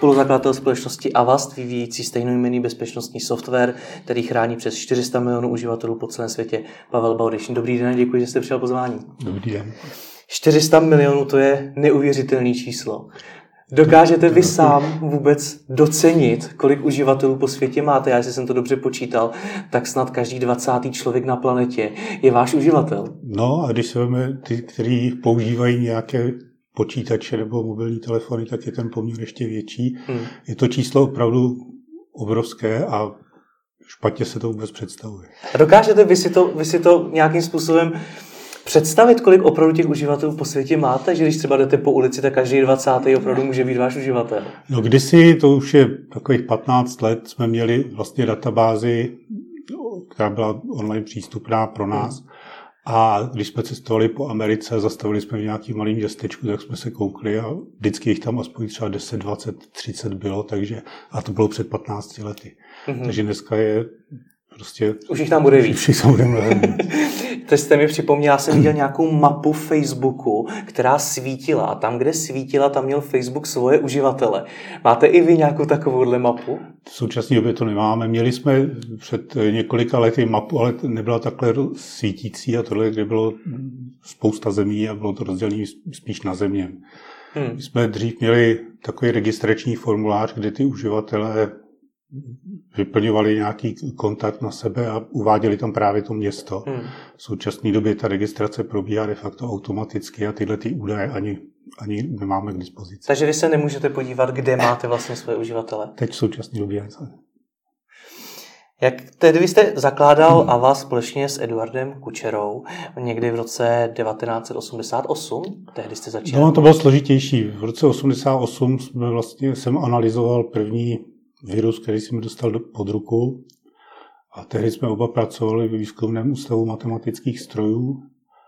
spoluzakladatel společnosti Avast, vyvíjející stejnojmenný bezpečnostní software, který chrání přes 400 milionů uživatelů po celém světě. Pavel Baudyš. Dobrý den, děkuji, že jste přijal pozvání. Dobrý den. 400 milionů, to je neuvěřitelné číslo. Dokážete vy sám vůbec docenit, kolik uživatelů po světě máte? Já, jestli jsem to dobře počítal, tak snad každý 20. člověk na planetě je váš uživatel. No a když se vezme ty, kteří používají nějaké počítače nebo mobilní telefony, tak je ten poměr ještě větší. Je to číslo opravdu obrovské a špatně se to vůbec představuje. A dokážete vy si to nějakým způsobem představit, kolik opravdu těch uživatelů po světě máte, že když třeba jdete po ulici, tak každý 20. opravdu může být váš uživatel? No kdysi, to už je takových 15 let, jsme měli vlastně databázi, která byla online přístupná pro nás. A když jsme cestovali po Americe, zastavili jsme v nějakým malým městečku, tak jsme se koukli a vždycky jich tam aspoň třeba 10, 20, 30 bylo, takže, a to bylo před 15 lety. Takže dneska je prostě... Už jich tam bude víc. Už jich tam bude mnohem. To jste mi připomněl, já jsem viděl nějakou mapu Facebooku, která svítila. A tam, kde svítila, tam měl Facebook svoje uživatele. Máte i vy nějakou takovouhle mapu? V současné době to nemáme. Měli jsme před několika lety mapu, ale nebyla takhle svítící a tohle, kde bylo spousta zemí a bylo to rozdělené spíš na země. My jsme dřív měli takový registrační formulář, kde ty uživatelé vyplňovali nějaký kontakt na sebe a uváděli tam právě to město. V současné době ta registrace probíhá de facto automaticky a tyhle ty údaje ani nemáme k dispozici. Takže vy se nemůžete podívat, kde máte vlastně své uživatele? Teď v současné době. Jak tedy vy jste zakládal Avast společně s Eduardem Kučerou někdy v roce 1988? Tehdy jste začal? No, to bylo složitější. V roce 1988 jsem analyzoval první virus, který jsem dostal pod ruku. A tehdy jsme oba pracovali ve výzkumném ústavu matematických strojů.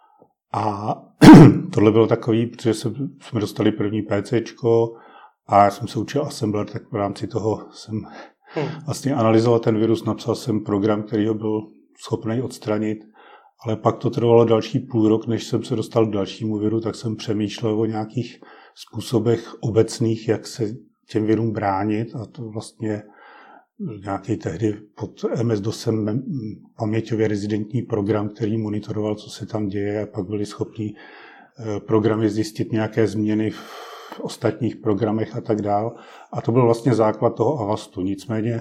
A tohle bylo takový, protože jsme dostali první PCčko a já jsem se učil assembler, tak v rámci toho jsem vlastně analyzoval ten virus, napsal jsem program, který ho byl schopný odstranit, ale pak to trvalo další půl rok, než jsem se dostal k dalšímu viru, tak jsem přemýšlel o nějakých způsobech obecných, jak se těm virům bránit a to vlastně nějaký tehdy pod MS-DOSem paměťově rezidentní program, který monitoroval, co se tam děje a pak byli schopni programy zjistit nějaké změny v ostatních programech a tak dál. A to byl vlastně základ toho Avastu. Nicméně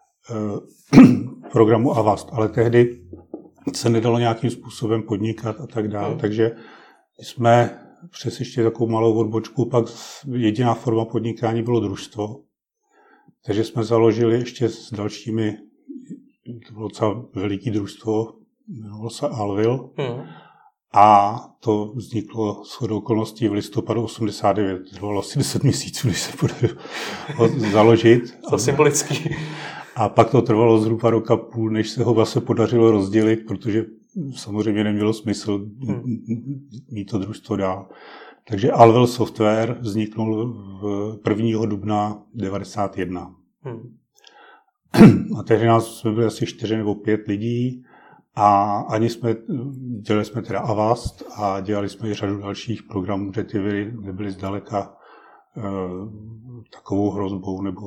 programu Avast, ale tehdy se nedalo nějakým způsobem podnikat a tak dál. Takže jsme přes ještě takovou malou odbočku, pak jediná forma podnikání bylo družstvo. Takže jsme založili ještě s dalšími, to bylo docela veliký družstvo, jmenovalo se Alvil. A to vzniklo shodou okolností v listopadu 89. Trvalo asi 10 měsíců, než se podařilo založit. To symbolický. A pak to trvalo zhruba roka půl, než se ho vlastně podařilo rozdělit, protože samozřejmě nemělo smysl mít to družstvo dál. Takže Alvil Software vzniknul v 1. dubna 1991. A tehdy jsme byli asi 4 nebo 5 lidí a dělali jsme teda Avast a dělali jsme i řadu dalších programů, kde ty viry nebyly zdaleka takovou hrozbou nebo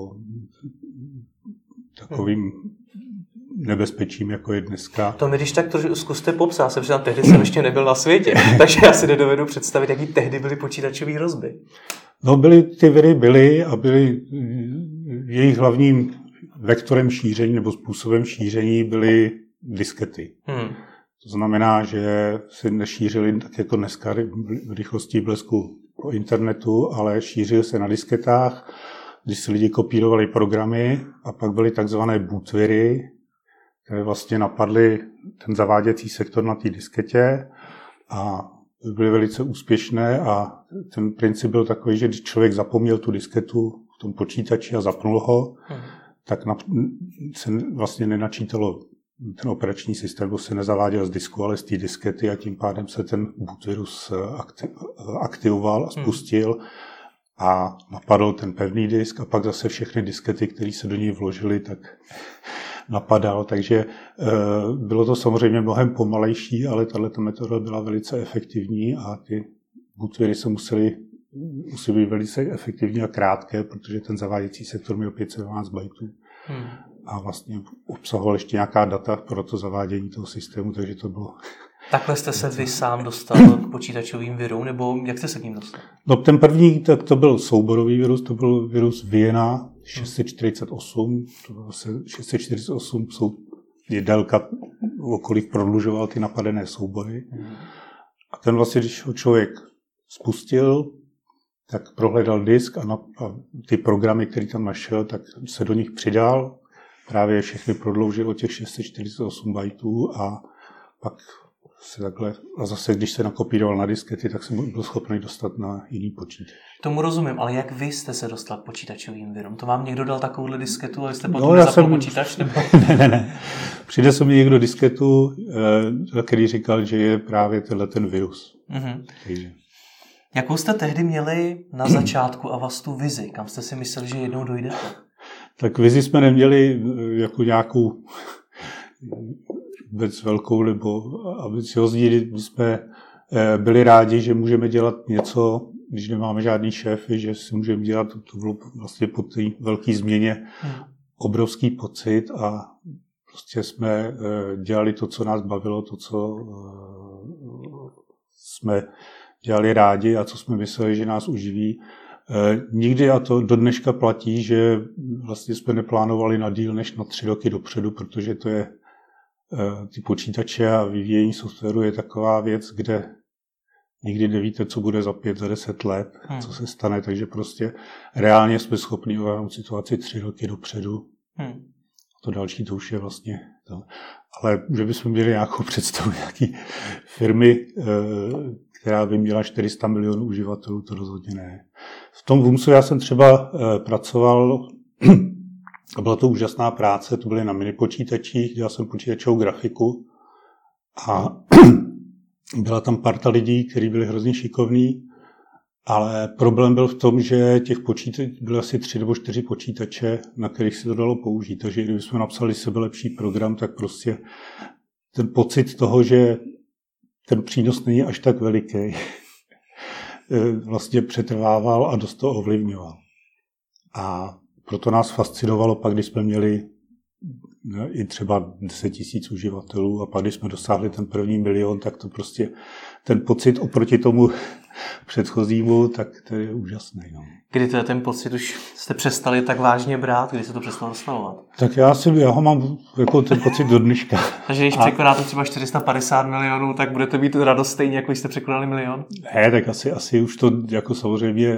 takovým nebezpečím, jako je dneska. To mi když tak to zkuste popsat, jsem říkal, tehdy jsem ještě nebyl na světě, takže já si nedovedu představit, jaký tehdy byly počítačové hrozby. No, ty viry byly a byly jejich hlavním vektorem šíření nebo způsobem šíření byly diskety. To znamená, že se nešířily tak jako dneska v rychlosti blesku po internetu, ale šířil se na disketách, když si lidi kopírovali programy a pak byly takzvané bootviry, které vlastně napadly ten zaváděcí sektor na té disketě a byly velice úspěšné a ten princip byl takový, že když člověk zapomněl tu disketu v tom počítači a zapnul ho, tak se vlastně nenačítalo ten operační systém, bo se nezaváděl z disku, ale z té diskety a tím pádem se ten bootvirus aktivoval a spustil a napadl ten pevný disk a pak zase všechny diskety, které se do něj vložily, tak napadal. Takže bylo to samozřejmě mnohem pomalejší, ale tato metoda byla velice efektivní a ty bootviry se musely musí být velice efektivní a krátké, protože ten zaváděcí sektor měl 512 bajtů. A vlastně obsahoval ještě nějaká data pro to zavádění toho systému, takže to bylo... Takhle jste se vy sám dostal k počítačovým virům, nebo jak jste se k ním dostal? No ten první, tak to byl souborový virus, to byl virus Vienna 648. To bylo 648 je délka, o kolik prodlužoval ty napadené soubory. A ten vlastně, když ho člověk spustil, tak prohledal disk a ty programy, které tam našel, tak se do nich přidal. Právě všechny prodloužil o těch 648 bajtů a pak se takhle, a zase když se nakopíroval na diskety, tak jsem byl schopný dostat na jiný počítač. Tomu rozumím, ale jak vy jste se dostal k počítačovým virům? To vám někdo dal takovouhle disketu a jste potom nezapnul počítač? Nebo... Ne. Přinesl mi někdo disketu, který říkal, že je právě ten virus. Takže. Jakou jste tehdy měli na začátku a vás tu vizi? Kam jste si mysleli, že jednou dojdete? Tak vizi jsme neměli jako nějakou vůbec velkou nebo ambiciozní. My jsme byli rádi, že můžeme dělat něco, když nemáme žádný šéfy, že si můžeme dělat, to bylo vlastně po té velké změně obrovský pocit a prostě jsme dělali to, co nás bavilo, to, co jsme dělali rádi a co jsme mysleli, že nás uživí. Nikdy, a to do dneška platí, že vlastně jsme neplánovali na díl než na 3 roky dopředu, protože to je ty počítače a vyvíjení softwaru je taková věc, kde nikdy nevíte, co bude za 5, za 10 let, co se stane, takže prostě reálně jsme schopni ovládnout situaci 3 roky dopředu. To další to už je vlastně to. Ale že bychom měli nějakou představu nějaký firmy, která by měla 400 milionů uživatelů, to rozhodně ne. V tom VUMSu já jsem třeba pracoval, a byla to úžasná práce, to byly na minipočítačích, dělal jsem počítačovou grafiku a byla tam parta lidí, kteří byli hrozně šikovní, ale problém byl v tom, že těch počítačů byly asi 3 nebo 4 počítače, na kterých se to dalo použít. Takže kdybychom napsali sebelepší program, tak prostě ten pocit toho, že ten přínos není až tak veliký, vlastně přetrvával a dost to ovlivňoval. A proto nás fascinovalo pak, když jsme měli i třeba 10 000 uživatelů a pak, když jsme dosáhli ten první 1 000 000, tak to prostě ten pocit oproti tomu předchozímu, tak to je úžasný. No. Kdy ten pocit už jste přestali tak vážně brát, kdy se to přestalo dostavovat? Tak já ho mám jako ten pocit do dneška. Takže když překonáte třeba 450 milionů, tak budete mít radost stejně, jako jste překonali 1 000 000? Ne, tak asi už to jako samozřejmě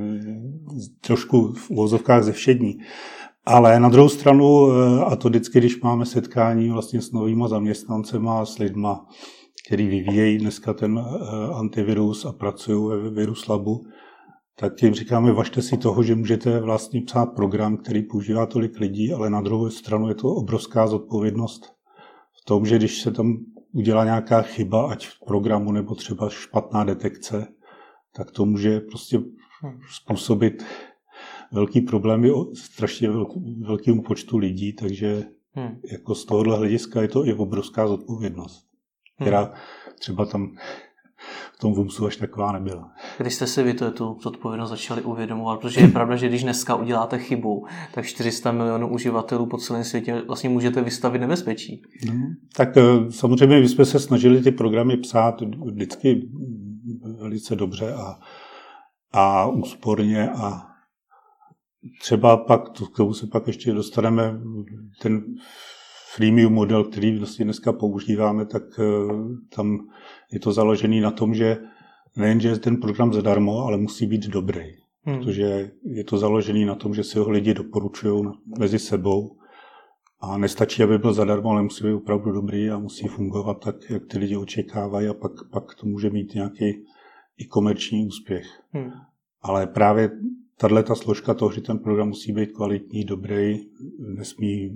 trošku v uvozovkách zevšední. Ale na druhou stranu, a to vždycky, když máme setkání vlastně s novýma zaměstnancema, s lidma, který vyvíjejí dneska ten antivirus a pracují ve Virus Labu, tak jim říkáme, važte si toho, že můžete vlastně psát program, který používá tolik lidí, ale na druhou stranu je to obrovská zodpovědnost v tom, že když se tam udělá nějaká chyba, ať v programu nebo třeba špatná detekce, tak to může prostě způsobit velký problémy strašně velkému počtu lidí, takže jako z tohohle hlediska je to i obrovská zodpovědnost, která třeba tam v tom VUMSu až taková nebyla. Když jste si vy tu zodpovědnost začali uvědomovat, protože je pravda, že když dneska uděláte chybu, tak 400 milionů uživatelů po celém světě vlastně můžete vystavit nebezpečí. Tak samozřejmě my jsme se snažili ty programy psát vždycky velice dobře a úsporně a třeba pak, k tomu se pak ještě dostaneme, ten freemium model, který vlastně dneska používáme, tak tam je to založený na tom, že nejenže je ten program zadarmo, ale musí být dobrý. Protože je to založený na tom, že si ho lidi doporučují mezi sebou a nestačí, aby byl zadarmo, ale musí být opravdu dobrý a musí fungovat tak, jak ty lidi očekávají a pak to může mít nějaký i komerční úspěch. Ale právě tato složka toho, že ten program musí být kvalitní, dobrý, nesmí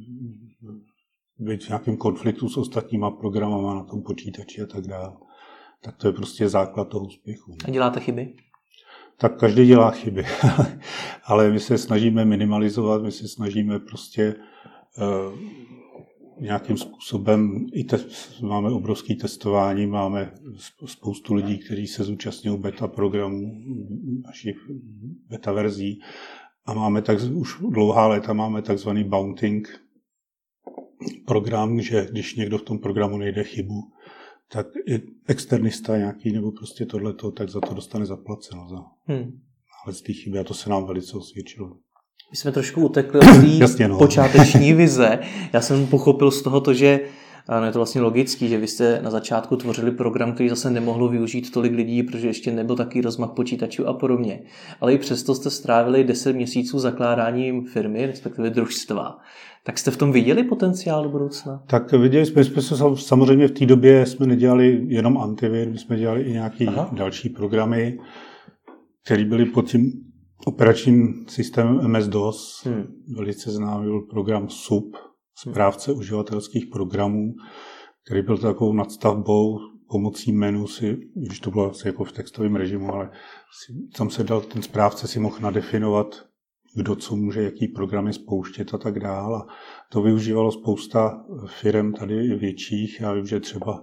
být v nějakém konfliktu s ostatníma programama na tom počítači a tak dále. Tak to je prostě základ toho úspěchu. A děláte chyby? Tak každý dělá chyby, ale my se snažíme minimalizovat, my se snažíme prostě nějakým způsobem máme obrovské testování, máme spoustu lidí, kteří se zúčastňují beta programů, našich beta verzí a máme už dlouhá léta máme takzvaný bounting program, že když někdo v tom programu nejde chybu, tak i externista nějaký nebo prostě tohleto, tak za to dostane zaplaceno za z té chyby a to se nám velice osvědčilo. My jsme trošku utekli od té počáteční vize. Já jsem pochopil z toho, že je to vlastně logický, že vy jste na začátku tvořili program, který zase nemohlo využít tolik lidí, protože ještě nebyl takový rozmach počítačů a podobně. Ale i přesto jste strávili 10 měsíců zakládáním firmy, respektive družstva. Tak jste v tom viděli potenciál do budoucna? Tak viděli jsme samozřejmě v té době jsme nedělali jenom antivir, my jsme dělali i nějaké další programy, které byly pod tím operačním systémem MS-DOS. Velice známý byl program SUP, správce uživatelských programů, který byl takovou nadstavbou pomocí menu, když to bylo asi jako v textovém režimu, ale tam se dal, ten správce si mohl nadefinovat, kdo co může, jaký programy spouštět a tak dál. A to využívalo spousta firem tady větších. Já vím, že třeba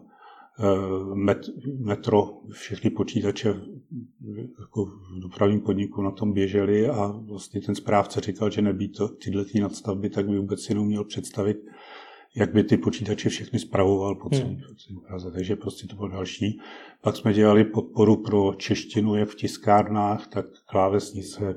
Metro, všechny počítače jako v dopravním podniku na tom běželi a vlastně ten správce říkal, že nebýt tyhle nadstavby, tak by vůbec jenom měl představit, jak by ty počítače všechny spravoval po celé Praze. Takže prostě to bylo další. Pak jsme dělali podporu pro češtinu, jak v tiskárnách, tak klávesnice,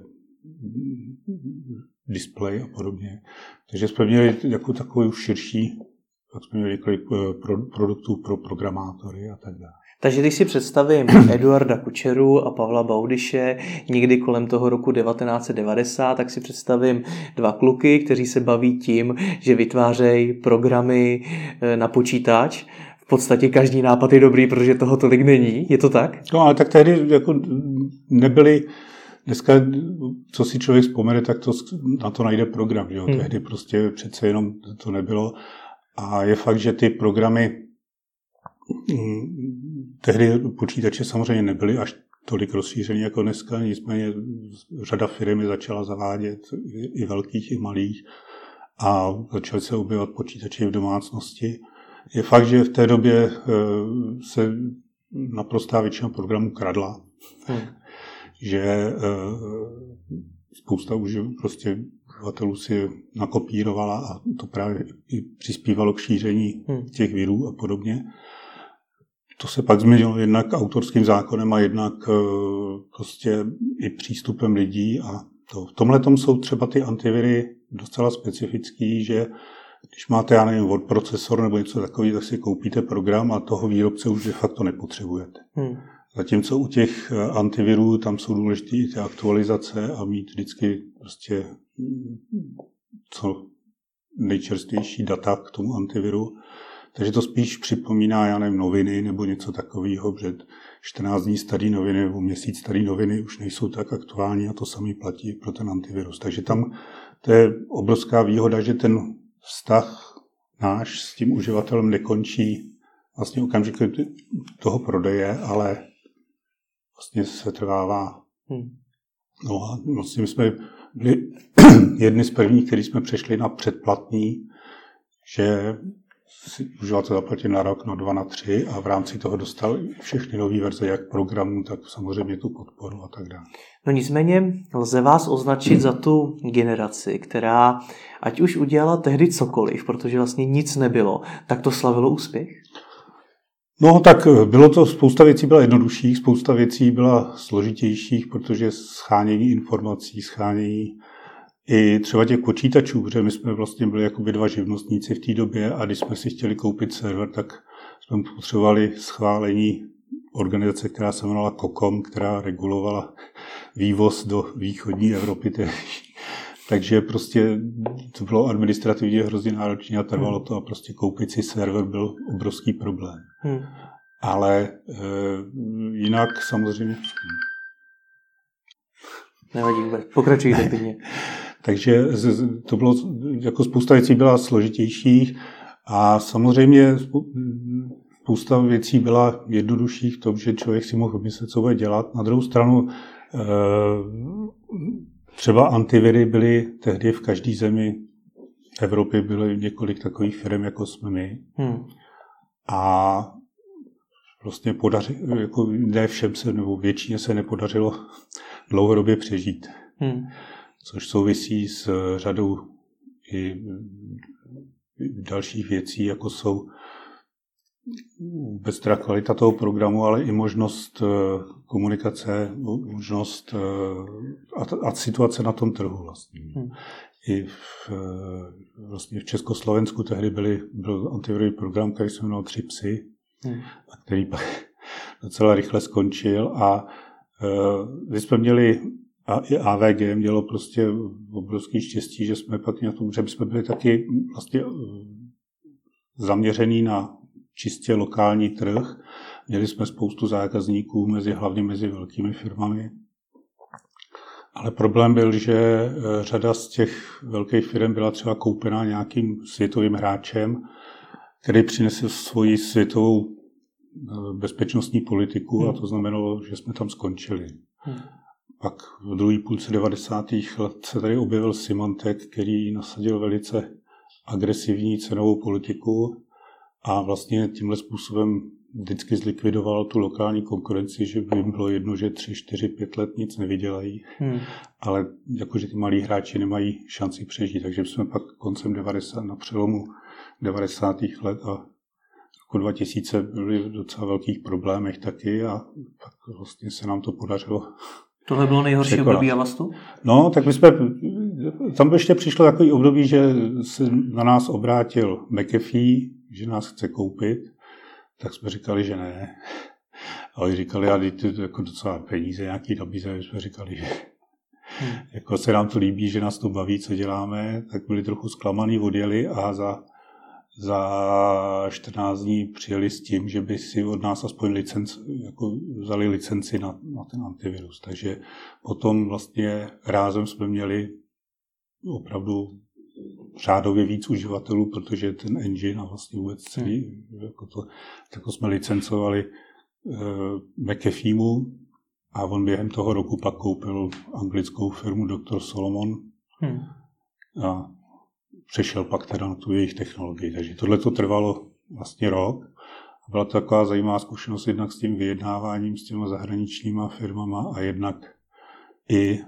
displej a podobně. Takže jsme měli jako takový už širší, tak jsme měli několik produktů pro programátory a tak dále. Takže když si představím Eduarda Kučeru a Pavla Baudyše někdy kolem toho roku 1990, tak si představím dva kluky, kteří se baví tím, že vytvářejí programy na počítač. V podstatě každý nápad je dobrý, protože toho tolik není. Je to tak? No, ale tak tehdy jako nebyly. Dneska, co si člověk vzpomene, tak na to najde program. Že jo? Tehdy prostě přece jenom to nebylo. A je fakt, že ty programy tehdy počítače samozřejmě nebyly až tolik rozšířený jako dneska, nicméně řada firmy začala zavádět i velkých, i malých a začaly se objevovat počítače v domácnosti. Je fakt, že v té době se naprostá většina programů kradla, že spousta prostě uživatelů si nakopírovala a to právě i přispívalo k šíření těch virů a podobně. To se pak změnilo jednak autorským zákonem a jednak prostě i přístupem lidí. A v tomhletom jsou třeba ty antiviry docela specifický, že když máte, já nevím, Word procesor nebo něco takového, tak si koupíte program a toho výrobce už de facto nepotřebujete. Zatímco u těch antivirů tam jsou důležité i ty aktualizace a mít vždycky prostě co nejčerstvější data k tomu antiviru. Takže to spíš připomíná, já nevím, noviny nebo něco takového, že 14 dní staré noviny nebo měsíc staré noviny už nejsou tak aktuální a to samé platí pro ten antivirus. Takže tam to je obrovská výhoda, že ten vztah náš s tím uživatelem nekončí vlastně okamžikem toho prodeje, ale vlastně se trvává. No a vlastně my jsme byli jedni z prvních, kteří jsme přešli na předplatný, že si uživatel zaplatil na rok, na 2, na 3 a v rámci toho dostal všechny nové verze, jak programů, tak samozřejmě tu podporu a tak dále. No nicméně lze vás označit za tu generaci, která ať už udělala tehdy cokoliv, protože vlastně nic nebylo, tak to slavilo úspěch? No tak bylo to, spousta věcí byla jednodušších, spousta věcí byla složitějších, protože shánění informací, shánění i třeba těch počítačů, protože my jsme vlastně byli jako 2 živnostníci v té době a když jsme si chtěli koupit server, tak jsme potřebovali schválení organizace, která se jmenovala COCOM, která regulovala vývoz do východní Evropy. Takže prostě to bylo administrativně hrozně náročné a trvalo to a prostě koupit si server byl obrovský problém. Ale jinak samozřejmě... Nevadí vůbec, pokračujte klidně. Takže to bylo, jako spousta věcí byla složitějších a samozřejmě spousta věcí byla jednodušších v tom, že člověk si mohl vymyslet, co bude dělat. Na druhou stranu třeba antiviry byly tehdy v každé zemi v Evropě bylo několik takových firm, jako jsme my. A vlastně jako ne všem se, nebo většině se nepodařilo dlouhodobě přežít. Což souvisí s řadou i dalších věcí, jako jsou vůbec teda kvalita toho programu, ale i možnost komunikace, možnost a situace na tom trhu vlastně. I vlastně v Československu tehdy byl antivirový program, který se jmenoval 3 psy, a který pak docela rychle skončil a my jsme měli a i AVG mělo prostě obrovský štěstí, že jsme pak že jsme byli taky vlastně zaměřený na čistě lokální trh. Měli jsme spoustu zákazníků, hlavně mezi velkými firmami. Ale problém byl, že řada z těch velkých firm byla třeba koupená nějakým světovým hráčem, který přinesl svoji světovou bezpečnostní politiku a to znamenalo, že jsme tam skončili. Pak v druhé půlce 90. let se tady objevil Symantec, který nasadil velice agresivní cenovou politiku a vlastně tímhle způsobem vždycky zlikvidoval tu lokální konkurenci, že by jim bylo jedno, že 3, 4, 5 let nic nevydělají, ale jakože ty malí hráči nemají šanci přežít. Takže jsme pak koncem 90, na přelomu 90. let a roku 2000 byli v docela velkých problémech taky a pak vlastně se nám to podařilo. Tohle bylo nejhorší období Avastu? No, tak tam ještě přišlo takový období, že se na nás obrátil McAfee, že nás chce koupit, tak jsme říkali, že ne. Ale říkali, a ty jako docela peníze nějaký nabízejí, jsme říkali, že jako se nám to líbí, že nás to baví, co děláme, tak byli trochu zklamaný, odjeli a za 14 dní přijeli s tím, že by si od nás aspoň vzali licenci na ten antivirus. Takže potom vlastně rázem jsme měli opravdu řádově víc uživatelů, protože ten engine a vlastně vůbec celý, tak jsme licencovali McAfeemu a on během toho roku pak koupil anglickou firmu Dr. Solomon a přešel pak teda na tu jejich technologii. Takže tohle to trvalo vlastně rok. A byla to taková zajímavá zkušenost jednak s tím vyjednáváním s těma zahraničníma firmama a jednak i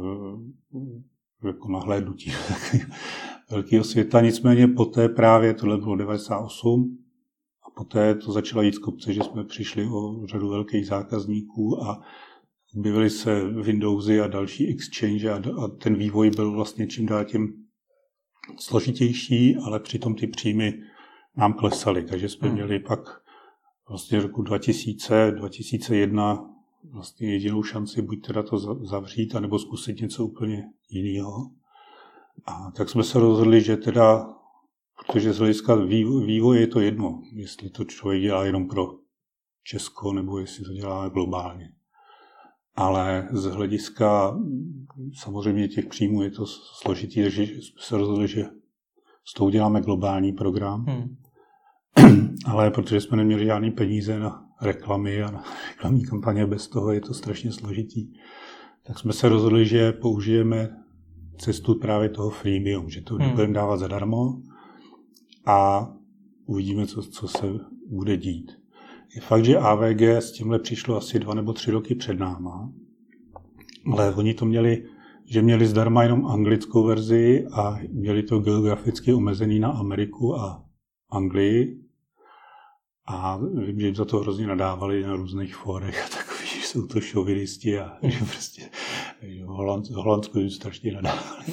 jako nahlédnutí velkého světa. Nicméně poté právě, tohle bylo 98, a poté to začalo jít z kopce, že jsme přišli o řadu velkých zákazníků a objevily se Windowsy a další Exchange a ten vývoj byl vlastně čím dál tím složitější, ale přitom ty příjmy nám klesaly. Takže jsme měli pak vlastně roku 2001 vlastně jedinou šanci buď teda to zavřít, anebo zkusit něco úplně jiného. A tak jsme se rozhodli, že teda, protože z hlediska vývoje je to jedno, jestli to člověk dělá jenom pro Česko, nebo jestli to dělá globálně. Ale z hlediska samozřejmě těch příjmů je to složitý, takže jsme se rozhodli, že s tou děláme globální program. Ale protože jsme neměli žádný peníze na reklamy a na reklamní kampaně, bez toho je to strašně složitý, tak jsme se rozhodli, že použijeme cestu právě toho freemium, že to budeme dávat zadarmo a uvidíme, co se bude dít. Je fakt, že AVG s tímhle přišlo asi 2 nebo 3 roky před náma, ale oni to měli zdarma jenom anglickou verzi a měli to geograficky omezený na Ameriku a Anglii. A vím, že jim za to hrozně nadávali na různých fórech a takový, že jsou to šovinisti a že prostě že v Holandsku jim strašně nadávali.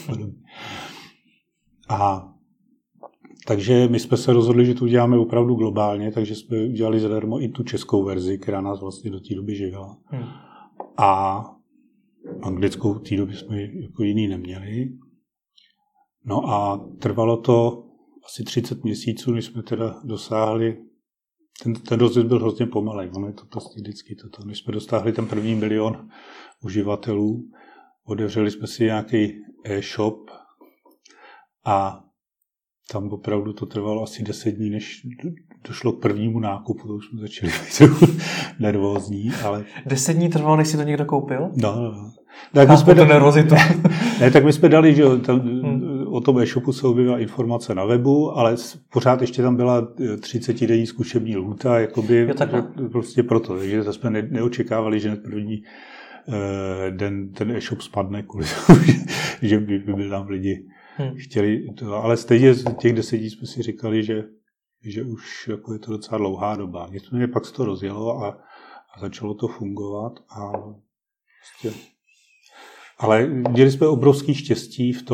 A takže my jsme se rozhodli, že to uděláme opravdu globálně, takže jsme udělali zadarmo i tu českou verzi, která nás vlastně do té doby živila. A anglickou v té době jsme jako jiný neměli. No a trvalo to asi 30 měsíců, než jsme teda dosáhli. Ten rozjezd byl hrozně pomalej, ono je to prostě vždycky toto. Než jsme dostáhli ten 1. milion uživatelů, otevřeli jsme si nějaký e-shop a tam opravdu to trvalo asi 10 dní, než došlo k prvnímu nákupu, to už jsme začali být nervózní, ale... 10 dní trvalo, než si to někdo koupil? No. Tak my jsme dali, tak my jsme dali, že o tom e-shopu se objevila informace na webu, ale pořád ještě tam byla 30-denní zkušební lhůta, jakoby prostě proto. Takže to jsme neočekávali, že první den ten e-shop spadne kvůli tomu, že by tam lidi chtěli to. Ale stejně z těch 10 jsme si říkali, že už jako je to docela dlouhá doba. Nicméně pak se to rozjelo a začalo to fungovat. Prostě. Ale měli jsme obrovský štěstí v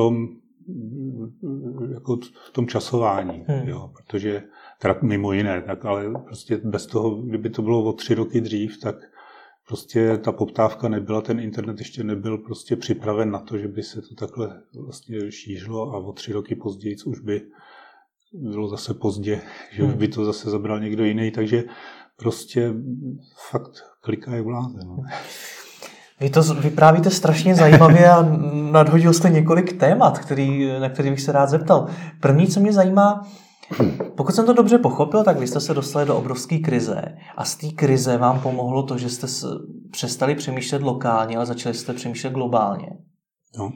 tom časování, jo, protože teda mimo jiné, tak ale prostě bez toho, kdyby to bylo o 3 roky dřív, tak prostě ta poptávka nebyla, ten internet ještě nebyl prostě připraven na to, že by se to takhle vlastně šířilo a o 3 roky později už by bylo zase pozdě, že už by to zase zabral někdo jiný, takže prostě fakt kliká jak blázen. No. Vy to vyprávíte strašně zajímavě a nadhodil jste několik témat, na který bych se rád zeptal. První, co mě zajímá, pokud jsem to dobře pochopil, tak vy jste se dostali do obrovské krize a z té krize vám pomohlo to, že jste přestali přemýšlet lokálně, ale začali jste přemýšlet globálně. No.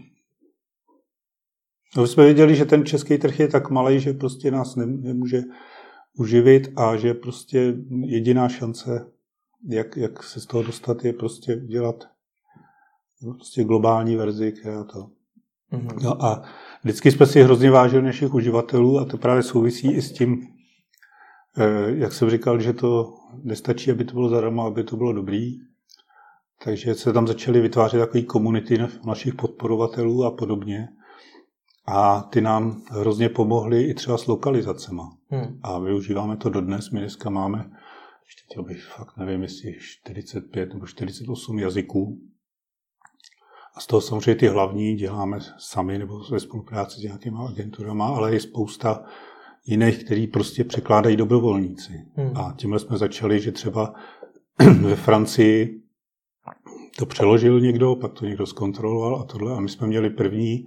No, jsme věděli, že ten český trh je tak malý, že prostě nás nemůže uživit a že prostě jediná šance, jak se z toho dostat, je prostě dělat prostě globální verzi, která to. No a vždycky jsme si hrozně vážili našich uživatelů a to právě souvisí i s tím, jak jsem říkal, že to nestačí, aby to bylo zadarmo, aby to bylo dobrý. Takže se tam začaly vytvářet takové komunity našich podporovatelů a podobně. A ty nám hrozně pomohly i třeba s lokalizacema. A využíváme to dodnes. My dneska máme, ještě bych fakt nevím, jestli 45 nebo 48 jazyků. A z toho samozřejmě ty hlavní děláme sami nebo ve spolupráci s nějakýma agenturama, ale je spousta jiných, který prostě překládají dobrovolníci. A tímhle jsme začali, že třeba ve Francii to přeložil někdo, pak to někdo zkontroloval a tohle. A my jsme měli první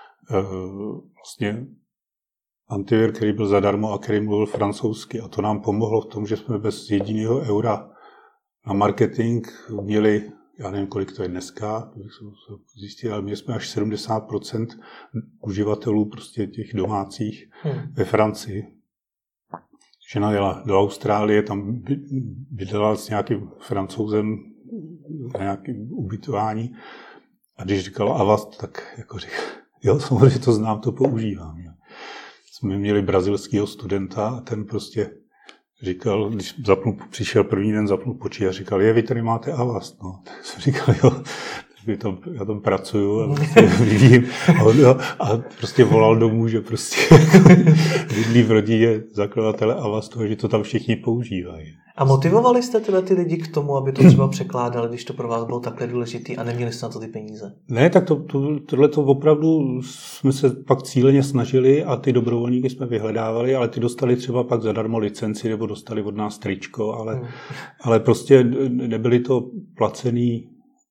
vlastně antivir, který byl zadarmo a který mluvil francouzsky. A to nám pomohlo v tom, že jsme bez jediného eura na marketing měli, já nevím, kolik to je dneska, to bych se zjistil, ale měli jsme až 70% uživatelů prostě těch domácích ve Francii. Žena jela do Austrálie, tam bydlela s nějakým Francouzem na nějakém ubytování a když říkala Avast, tak jako říkala, jo, samozřejmě to znám, to používám. Jo. Jsme měli brazilského studenta a ten prostě říkal, když přišel první den, zapnul počítač a říkal, vy tady máte Avast. No. Tak jsem říkal, jo, já tam pracuju a prostě vidím. A prostě volal domů, že prostě bydlí v rodině zakladatele Avastu a že to tam všichni používají. A motivovali jste teda ty lidi k tomu, aby to třeba překládali, když to pro vás bylo takhle důležitý a neměli jste na to ty peníze? Ne, tak tohleto opravdu jsme se pak cíleně snažili a ty dobrovolníky jsme vyhledávali, ale ty dostali třeba pak zadarmo licenci nebo dostali od nás tričko, ale prostě nebyli to placený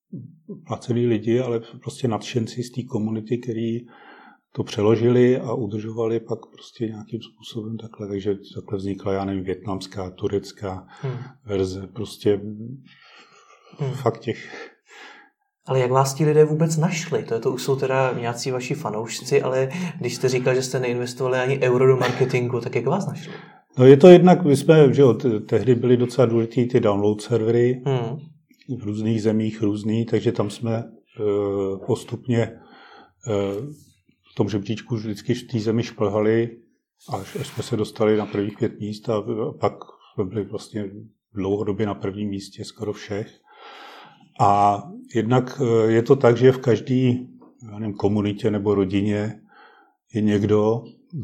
lidi, ale prostě nadšenci z té komunity, který to přeložili a udržovali pak prostě nějakým způsobem takhle. Takže takhle vznikla, já nevím, vietnamská, turecká verze. Prostě fakt těch. Ale jak vás ti lidé vůbec našli? To už jsou teda nějací vaši fanoušci, ale když jste říkal, že jste neinvestovali ani euro do marketingu, tak jak vás našli? No je to jednak, my jsme, že jo, tehdy byly docela důležitý ty download servery, v různých zemích různý, takže tam jsme postupně v tom žebříčku vždycky v té zemi šplhali, až jsme se dostali na prvních 5 míst a pak jsme byli vlastně dlouhodobě na prvním místě skoro všech. A jednak je to tak, že v každé komunitě nebo rodině je někdo,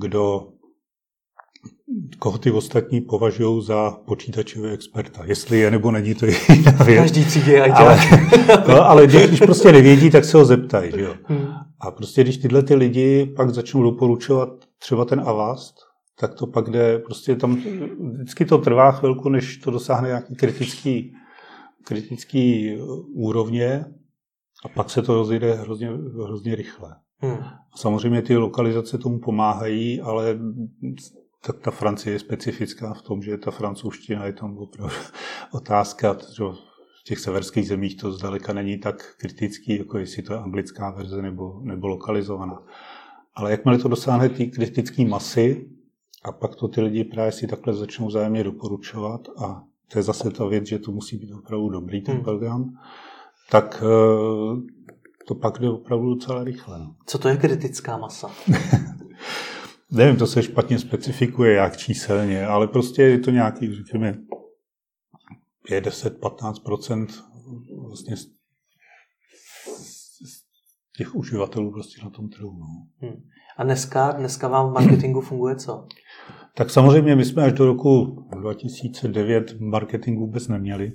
koho ty ostatní považují za počítačového experta. Jestli je nebo není, to je jiná věc. Každý třídě je ale když prostě nevědí, tak se ho zeptají. Že jo? A prostě když tyhle ty lidi pak začnou doporučovat třeba ten Avast, tak to pak jde, prostě tam vždycky to trvá chvilku, než to dosáhne nějaký kritický úrovně a pak se to rozjede hrozně rychle. A samozřejmě ty lokalizace tomu pomáhají, ale tak ta Francie je specifická v tom, že ta francouzština je tam opravdu otázka, že v těch severských zemích to zdaleka není tak kritický, jako jestli to je anglická verze nebo lokalizovaná. Ale jakmile to dosáhne té kritické masy, a pak to ty lidi právě si takhle začnou vzájemně doporučovat, a to je zase ta věc, že to musí být opravdu dobrý ten program, tak to pak jde opravdu docela rychle. No. Co to je kritická masa? Nevím, to se špatně specifikuje jak číselně, ale prostě je to nějaký, řekněme, 10-15% vlastně z těch uživatelů prostě na tom trhu. No. A dneska vám v marketingu funguje co? Tak samozřejmě my jsme až do roku 2009 marketing vůbec neměli.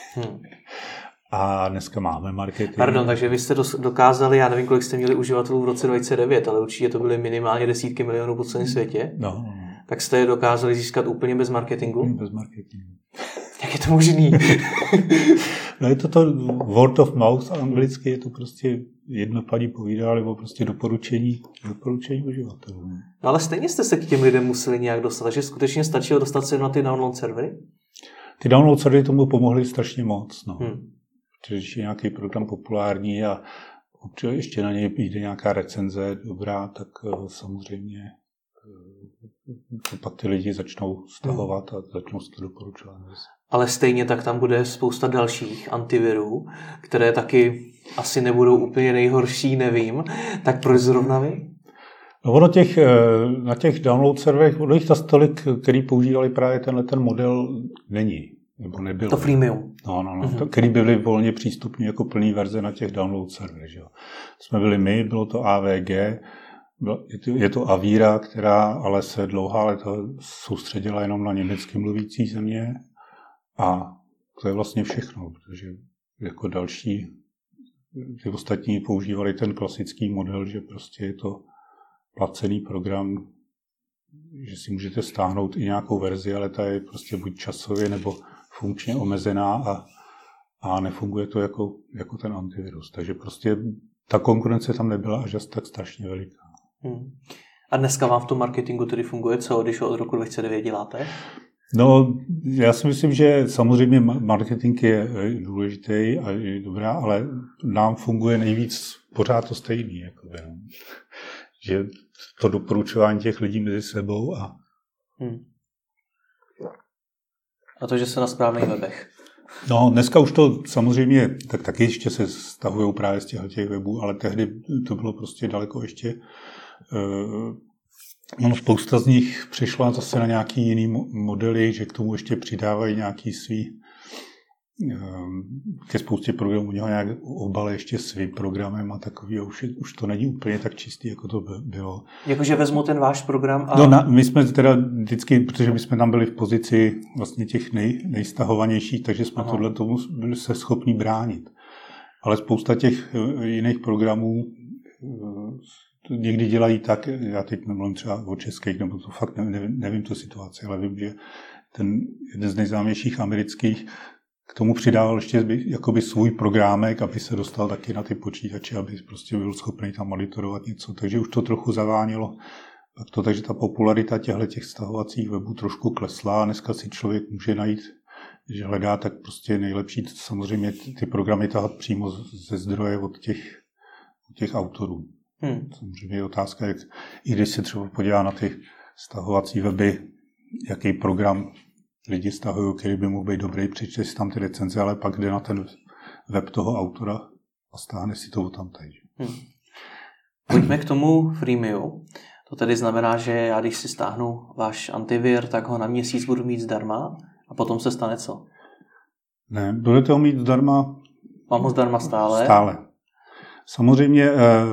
A dneska máme marketing. Pardon, takže vy jste dokázali, já nevím, kolik jste měli uživatelů v roce 2009, ale určitě to byly minimálně desítky milionů po celém světě. No. Tak jste je dokázali získat úplně bez marketingu? Bez marketingu. Jak je to možný? No je to word of mouth, anglicky je to prostě jedno paní povídá, nebo prostě doporučení uživatelů. No ale stejně jste se k těm lidem museli nějak dostat, že skutečně stačilo dostat se na ty download servery? Ty download servery tomu pomohly strašně moc, no. Protože když je nějaký program populární a ještě na něj jde nějaká recenze dobrá, tak samozřejmě pak ty lidi začnou stahovat a začnou si to doporučovat. Ale stejně tak tam bude spousta dalších antivirů, které taky asi nebudou úplně nejhorší, nevím. Tak proč zrovna vy? No na těch download serverech, ono jich tolik, který používali právě ten model, není. Nebo nebylo. To freemium. No. Který byly volně přístupní jako plný verze na těch download serverech. To jsme byli my, bylo to AVG, je to Avira, která ale se dlouhá léta soustředila jenom na německy mluvící země. A to je vlastně všechno, protože jako další, ty ostatní používali ten klasický model, že prostě je to placený program, že si můžete stáhnout i nějakou verzi, ale ta je prostě buď časově nebo funkčně omezená a nefunguje to jako ten antivirus. Takže prostě ta konkurence tam nebyla až tak strašně veliká. A dneska vám v tom marketingu tedy funguje co, když od roku 2009 děláte? No, já si myslím, že samozřejmě marketing je důležitý a je dobrá, ale nám funguje nejvíc pořád to stejný. Jakoby, no. Že to doporučování těch lidí mezi sebou a... A to, že se na správných webech. No, dneska už to samozřejmě, tak taky ještě se stahujou právě z těch webů, ale tehdy to bylo prostě daleko ještě... spousta z nich přešla zase na nějaký jiný modely, že k tomu ještě přidávají nějaký svý, ke spoustě programů něho nějak obale ještě svým programem a takový, a už to není úplně tak čistý, jako to bylo. Jakože vezmu ten váš program a... No, my jsme teda vždycky, protože my jsme tam byli v pozici vlastně těch nejstahovanějších, takže jsme tohle tomu byli se schopni bránit. Ale spousta těch jiných programů někdy dělají tak, já teď nemluvím třeba o českých, nebo to fakt nevím tu situaci, ale vím, že ten jeden z nejznámějších amerických k tomu přidával ještě jakoby svůj programek, aby se dostal taky na ty počítače, aby prostě byl schopný tam monitorovat něco. Takže už to trochu zavánělo. Takže ta popularita těch stahovacích webů trošku klesla a dneska si člověk může najít, že hledá, tak prostě nejlepší samozřejmě ty programy tahat přímo ze zdroje od těch autorů. Samozřejmě je otázka, i když se třeba podívá na ty stahovací weby, jaký program lidi stahují, který by mohl být dobrý, přečte si tam ty recenze, ale pak jde na ten web toho autora a stáhne si to tamtéž. Pojďme k tomu freemiu. To tedy znamená, že já když si stáhnu váš antivir, tak ho na měsíc budu mít zdarma a potom se stane co? Ne, budete ho mít zdarma. Mám ho zdarma stále? Stále. Samozřejmě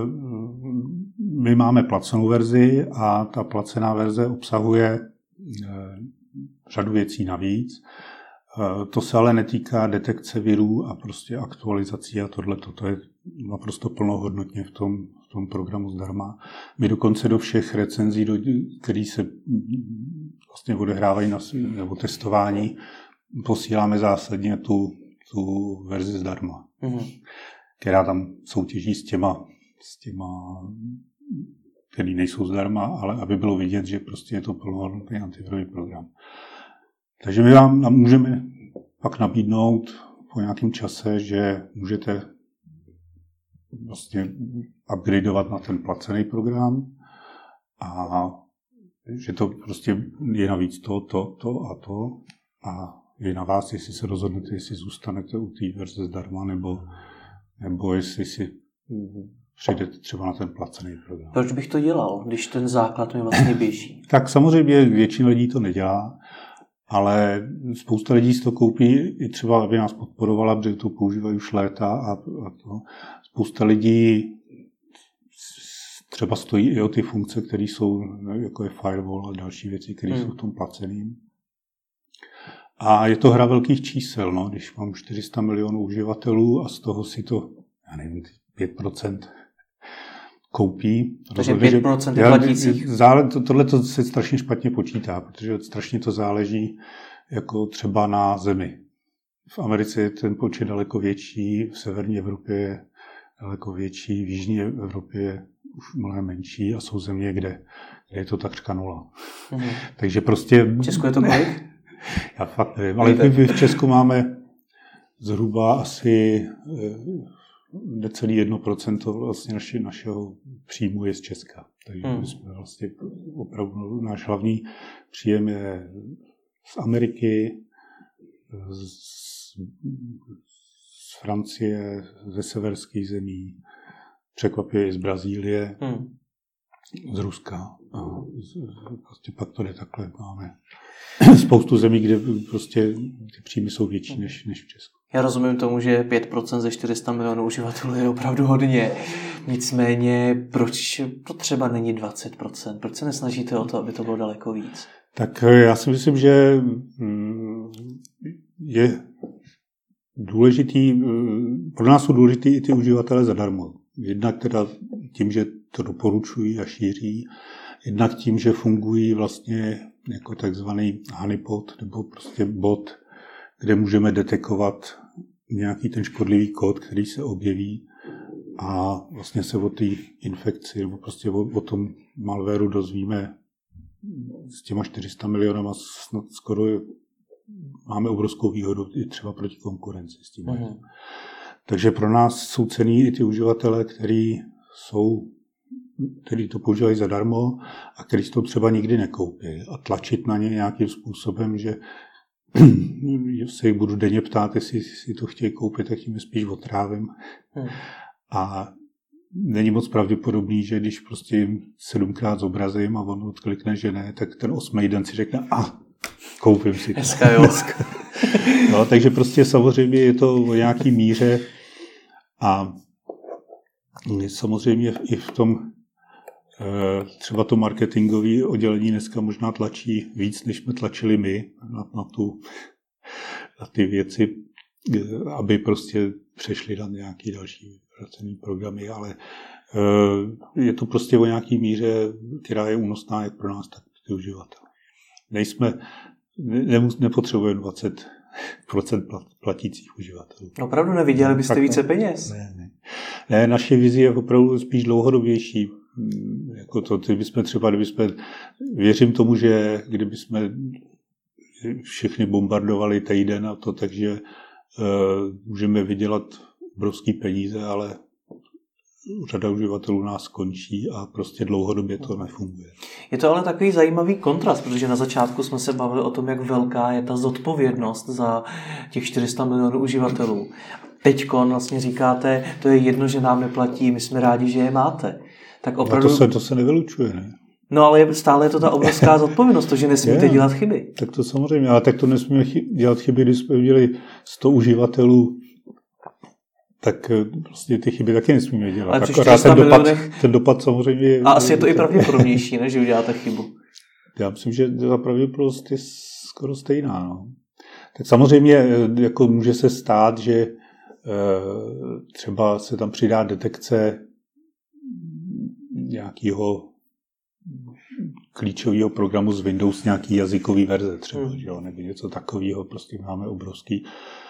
my máme placenou verzi a ta placená verze obsahuje řadu věcí navíc. To se ale netýká detekce virů a prostě aktualizací a tohleto. To je naprosto plnohodnotně v tom programu zdarma. My dokonce do všech recenzí, které se vlastně odehrávají nebo testování, posíláme zásadně tu verzi zdarma. Která tam soutěží s těma, který nejsou zdarma, ale aby bylo vidět, že prostě je to plnohodnotný antivirový program. Takže my vám můžeme pak nabídnout po nějakém čase, že můžete vlastně upgradeovat na ten placený program a že to prostě je navíc to a je na vás, jestli se rozhodnete, jestli zůstanete u té verze zdarma, nebo jestli si přijdete třeba na ten placený program. Proč bych to dělal, když ten základ mi vlastně běží? Tak samozřejmě většina lidí to nedělá, ale spousta lidí si to koupí i třeba, aby nás podporovala, protože to používají už léta a to. Spousta lidí třeba stojí i o ty funkce, které jsou, jako je firewall a další věci, které jsou v tom placeným. A je to hra velkých čísel, no, když mám 400 milionů uživatelů a z toho si to, já nevím, 5% koupí. Takže 5% je platících. Tohle to se strašně špatně počítá, protože strašně to záleží jako třeba na zemi. V Americe je ten počet daleko větší, v severní Evropě je daleko větší, v jižní Evropě je už mnohem menší a jsou země, kde je to takřka 0. Takže prostě... V Česku je to kolik? Já fakt nevím, ale my v Česku máme zhruba asi necelý 1% vlastně našeho příjmu je z Česka. Takže my jsme vlastně opravdu, náš hlavní příjem je z Ameriky, z Francie, ze severských zemí, překvapivě i z Brazílie, z Ruska. A prostě pak to jde takhle. Máme spoustu zemí, kde prostě ty příjmy jsou větší než v Česku. Já rozumím tomu, že 5% ze 400 milionů uživatelů je opravdu hodně. Nicméně, proč to třeba není 20%? Proč se nesnažíte o to, aby to bylo daleko víc? Tak já si myslím, že je důležitý, pro nás jsou důležitý i ty uživatelé zadarmo. Jednak teda tím, že to doporučují a šíří, jednak tím, že fungují vlastně jako takzvaný honeypot, nebo prostě bot, kde můžeme detekovat nějaký ten škodlivý kód, který se objeví a vlastně se o té infekci nebo prostě o tom malwareu dozvíme s těma 400 milionama snad skoro máme obrovskou výhodu i třeba proti konkurenci s tím. Takže pro nás jsou cenní i ty uživatelé, kteří to používají zadarmo a kteří to třeba nikdy nekoupí. A tlačit na ně nějakým způsobem, že se jich budu denně ptát, jestli si to chtějí koupit, tak jim spíš otrávím. A není moc pravděpodobný, že když prostě jim 7krát zobrazím a on odklikne, že ne, tak ten 8. den si řekne, koupím si to. No, takže prostě samozřejmě je to o nějaký míře a samozřejmě i v tom třeba to marketingové oddělení dneska možná tlačí víc, než jsme tlačili my na ty věci, aby prostě přešli na nějaké další pracovní programy, ale je to prostě o nějaký míře, která je únosná jak pro nás, tak pro ty uživatele. Nepotřebujeme 20% platících uživatelů. Opravdu neviděli byste více peněz? Ne, naše vize je opravdu spíš dlouhodobější. Jako to, kdybychom věřím tomu, že kdybychom všechny bombardovali týden a to, takže můžeme vydělat obrovský peníze, ale řada uživatelů nás skončí a prostě dlouhodobě to nefunguje. Je to ale takový zajímavý kontrast, protože na začátku jsme se bavili o tom, jak velká je ta zodpovědnost za těch 400 milionů uživatelů. Teďkon vlastně říkáte, to je jedno, že nám neplatí, my jsme rádi, že je máte. Tak opravdu... To se nevylučuje, ne? No ale stále je to ta obrovská zodpovědnost, to, že nesmíte dělat chyby. Tak to samozřejmě, ale tak to nesmíme dělat chyby, když jsme udělali 100 uživatelů, tak prostě ty chyby taky nesmíme dělat. Ale akorát ten dopad samozřejmě je... A asi je to i pravděpodobnější, než že uděláte chybu. Já myslím, že ta pravděpodobnost je skoro stejná. No. Tak samozřejmě jako může se stát, že třeba se tam přidá detekce nějakého klíčového programu z Windows, nějaký jazykový verze třeba, že jo, nebo něco takového. Prostě máme obrovský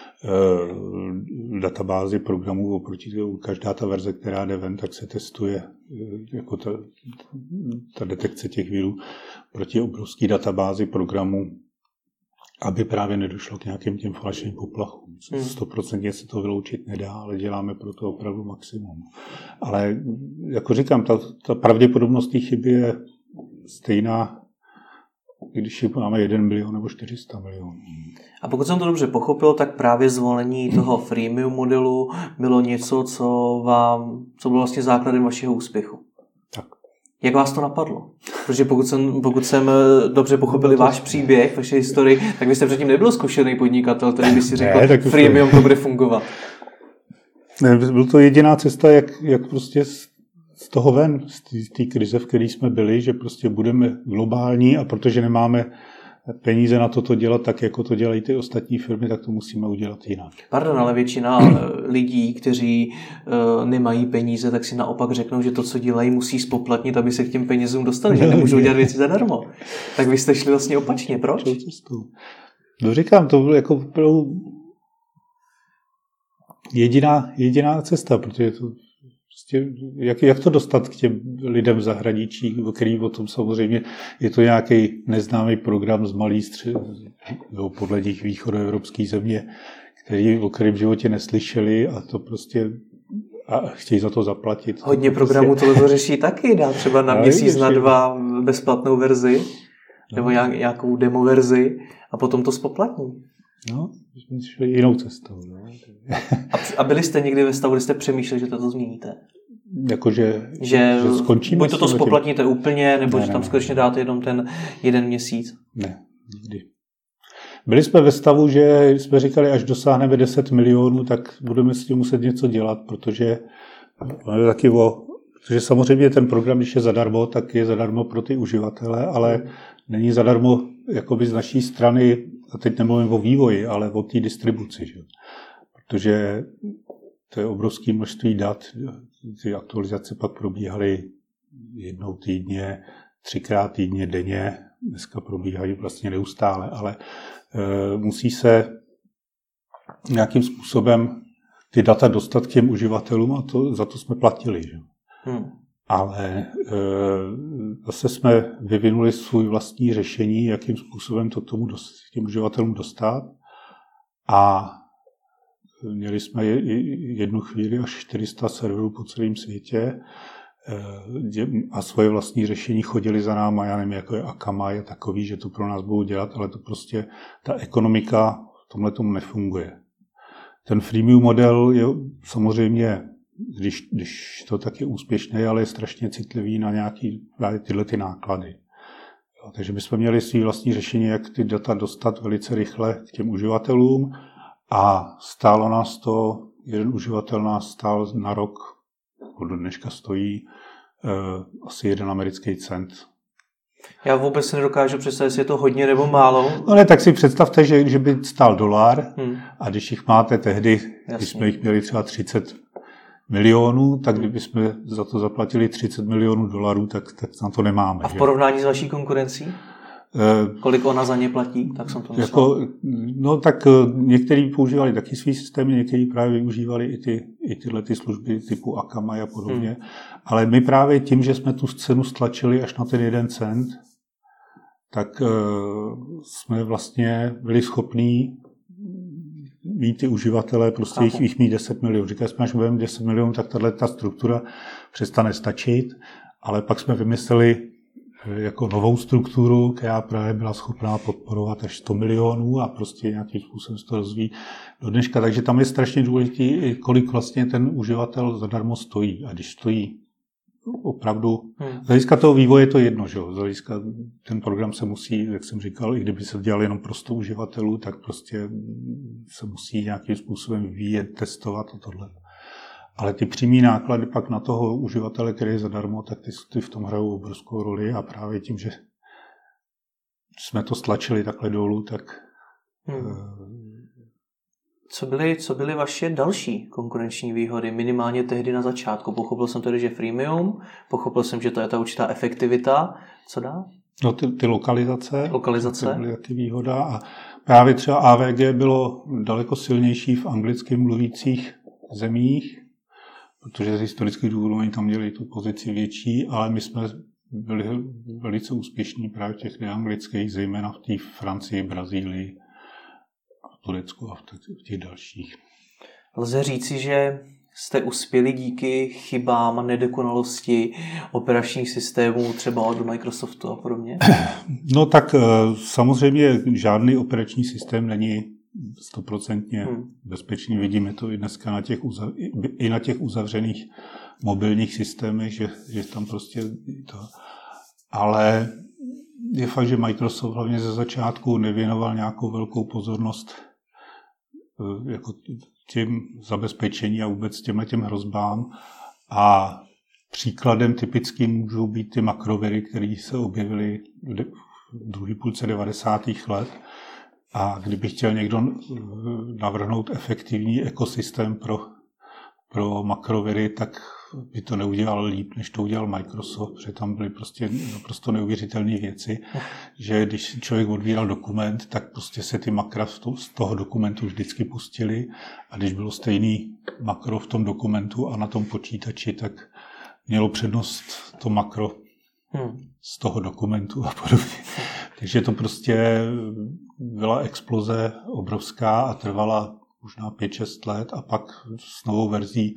databázi programů oproti každá ta verze, která jde ven, tak se testuje jako ta detekce těch virů proti obrovský databázi programů, aby právě nedošlo k nějakým těm falešným poplachům. 100% se to vyloučit nedá, ale děláme pro to opravdu maximum. Ale jako říkám, ta pravděpodobnost té chyby je stejná, když máme 1 milion nebo 400 milionů. A pokud jsem to dobře pochopil, tak právě zvolení toho freemium modelu bylo něco, co bylo vlastně základem vašeho úspěchu. Tak. Jak vás to napadlo? Protože pokud jsem dobře pochopil váš příběh, vaši historii, tak vy jste předtím nebyl zkušený podnikatel, který by si řekl, freemium to bude fungovat. Ne, byl to jediná cesta, jak prostě z toho ven, z té krize, v které jsme byli, že prostě budeme globální a protože nemáme peníze na to dělat tak, jako to dělají ty ostatní firmy, tak to musíme udělat jinak. Pardon, ale většina lidí, kteří nemají peníze, tak si naopak řeknou, že to, co dělají, musí spoplatnit, aby se k těm penězům dostali, že nemůžou dělat věci zadarmo. Tak vy jste šli vlastně opačně, proč? No říkám, to bylo jako jediná cesta, protože to prostě, jak to dostat k těm lidem v zahraničí, který o tom samozřejmě je to nějaký neznámý program z malý podle nich východoevropský země, o kterém v životě neslyšeli a to prostě a chtějí za to zaplatit. Hodně programů tohle řeší taky, dá třeba na měsíc, na 2 bezplatnou verzi, nebo nějakou demo verzi a potom to spoplatní. No, jsme šli jinou cestou. No. A byli jste někdy ve stavu, kdy jste přemýšleli, že to změníte? Jakože skončíme? Buď to spoplatníte úplně, nebo že tam skutečně dáte jenom ten 1 měsíc? Ne, nikdy. Byli jsme ve stavu, že jsme říkali, až dosáhneme 10 milionů, tak budeme s tím muset něco dělat, protože samozřejmě ten program, když je zadarmo, tak je zadarmo pro ty uživatele, ale není zadarmo jakoby z naší strany, a teď nemluvím o vývoji, ale o té distribuci. Že? Protože to je obrovské množství dat, ty aktualizace pak probíhaly 1 týdně, 3krát týdně, denně, dneska probíhají vlastně neustále, ale musí se nějakým způsobem ty data dostat k těm uživatelům a za to jsme platili. Že? Ale zase jsme vyvinuli svůj vlastní řešení, jakým způsobem to k těm uživatelům dostat. A měli jsme jednu chvíli až 400 serverů po celém světě a svoje vlastní řešení chodili za náma, já nevím, jako je Akamai a takový, že to pro nás budou dělat, ale to prostě ta ekonomika v tomhle tomu nefunguje. Ten freemium model je samozřejmě, když to tak je úspěšné, ale je strašně citlivý na nějaký právě tyhle ty náklady. Takže bychom měli svý vlastní řešení, jak ty data dostat velice rychle k těm uživatelům a stálo nás to, jeden uživatel nás stál na rok, do dneška stojí asi 1 americký cent. Já vůbec si nedokážu představit, jestli je to hodně nebo málo. No ne, tak si představte, že by stál $1 a když jich máte tehdy, když jsme jich měli třeba 30 milionů, tak kdybychom za to zaplatili $30 milionů, tak na to nemáme. A v porovnání s vaší konkurencí? Kolik ona za ně platí? Tak jsem to myslel. No tak někteří používali taky svý systémy, někteří právě využívali i tyhle ty služby typu Akamai a podobně. Ale my právě tím, že jsme tu cenu stlačili až na ten 1 cent, tak jsme vlastně byli schopní mít ty uživatelé, prostě jich mít 10 milionů. Říkali jsme, až budeme 10 milionů, tak ta struktura přestane stačit, ale pak jsme vymysleli jako novou strukturu, která právě byla schopná podporovat až 100 milionů a prostě nějakým způsobem se to rozvíjí do dneška. Takže tam je strašně důležitý, kolik vlastně ten uživatel zadarmo stojí. A když stojí opravdu, z hlediska toho vývoje je to jedno, že? Z hlediska ten program se musí, jak jsem říkal, i kdyby se dělal jenom pro 100 uživatelů, tak prostě se musí nějakým způsobem vyvíjet, testovat a tohle. Ale ty přímý náklady pak na toho uživatele, který je zadarmo, tak ty v tom hrajou obrovskou roli a právě tím, že jsme to stlačili takhle dolů, tak... Co byly vaše další konkurenční výhody, minimálně tehdy na začátku? Pochopil jsem tedy, že freemium, pochopil jsem, že to je ta určitá efektivita. Co dál? No ty lokalizace. To byly taky výhoda a právě třeba AVG bylo daleko silnější v anglicky mluvících zemích, protože z historických důvodů oni tam měli tu pozici větší, ale my jsme byli velice úspěšní právě v těch neanglických, zejména v té Francii, Brazílii, Turecku a v těch dalších. Lze říci, že jste uspěli díky chybám a nedokonalosti operačních systémů třeba od Microsoftu a podobně? No tak samozřejmě žádný operační systém není 100% bezpečný. Vidíme to i dneska na těch uzavřených mobilních systémech, že tam prostě to... Ale je fakt, že Microsoft hlavně ze začátku nevěnoval nějakou velkou pozornost jako tím zabezpečení a vůbec těm hrozbám. A příkladem typickým můžou být ty makroviry, které se objevily v druhé půlce 90. let. A kdyby chtěl někdo navrhnout efektivní ekosystém pro makroviry, tak by to neudělal líp, než to udělal Microsoft, protože tam byly prostě naprosto neuvěřitelné věci, že když člověk odvíral dokument, tak prostě se ty makra z toho dokumentu vždycky pustily a když bylo stejný makro v tom dokumentu a na tom počítači, tak mělo přednost to makro z toho dokumentu a podobně. Takže to prostě byla exploze obrovská a trvala možná 5-6 let a pak s novou verzí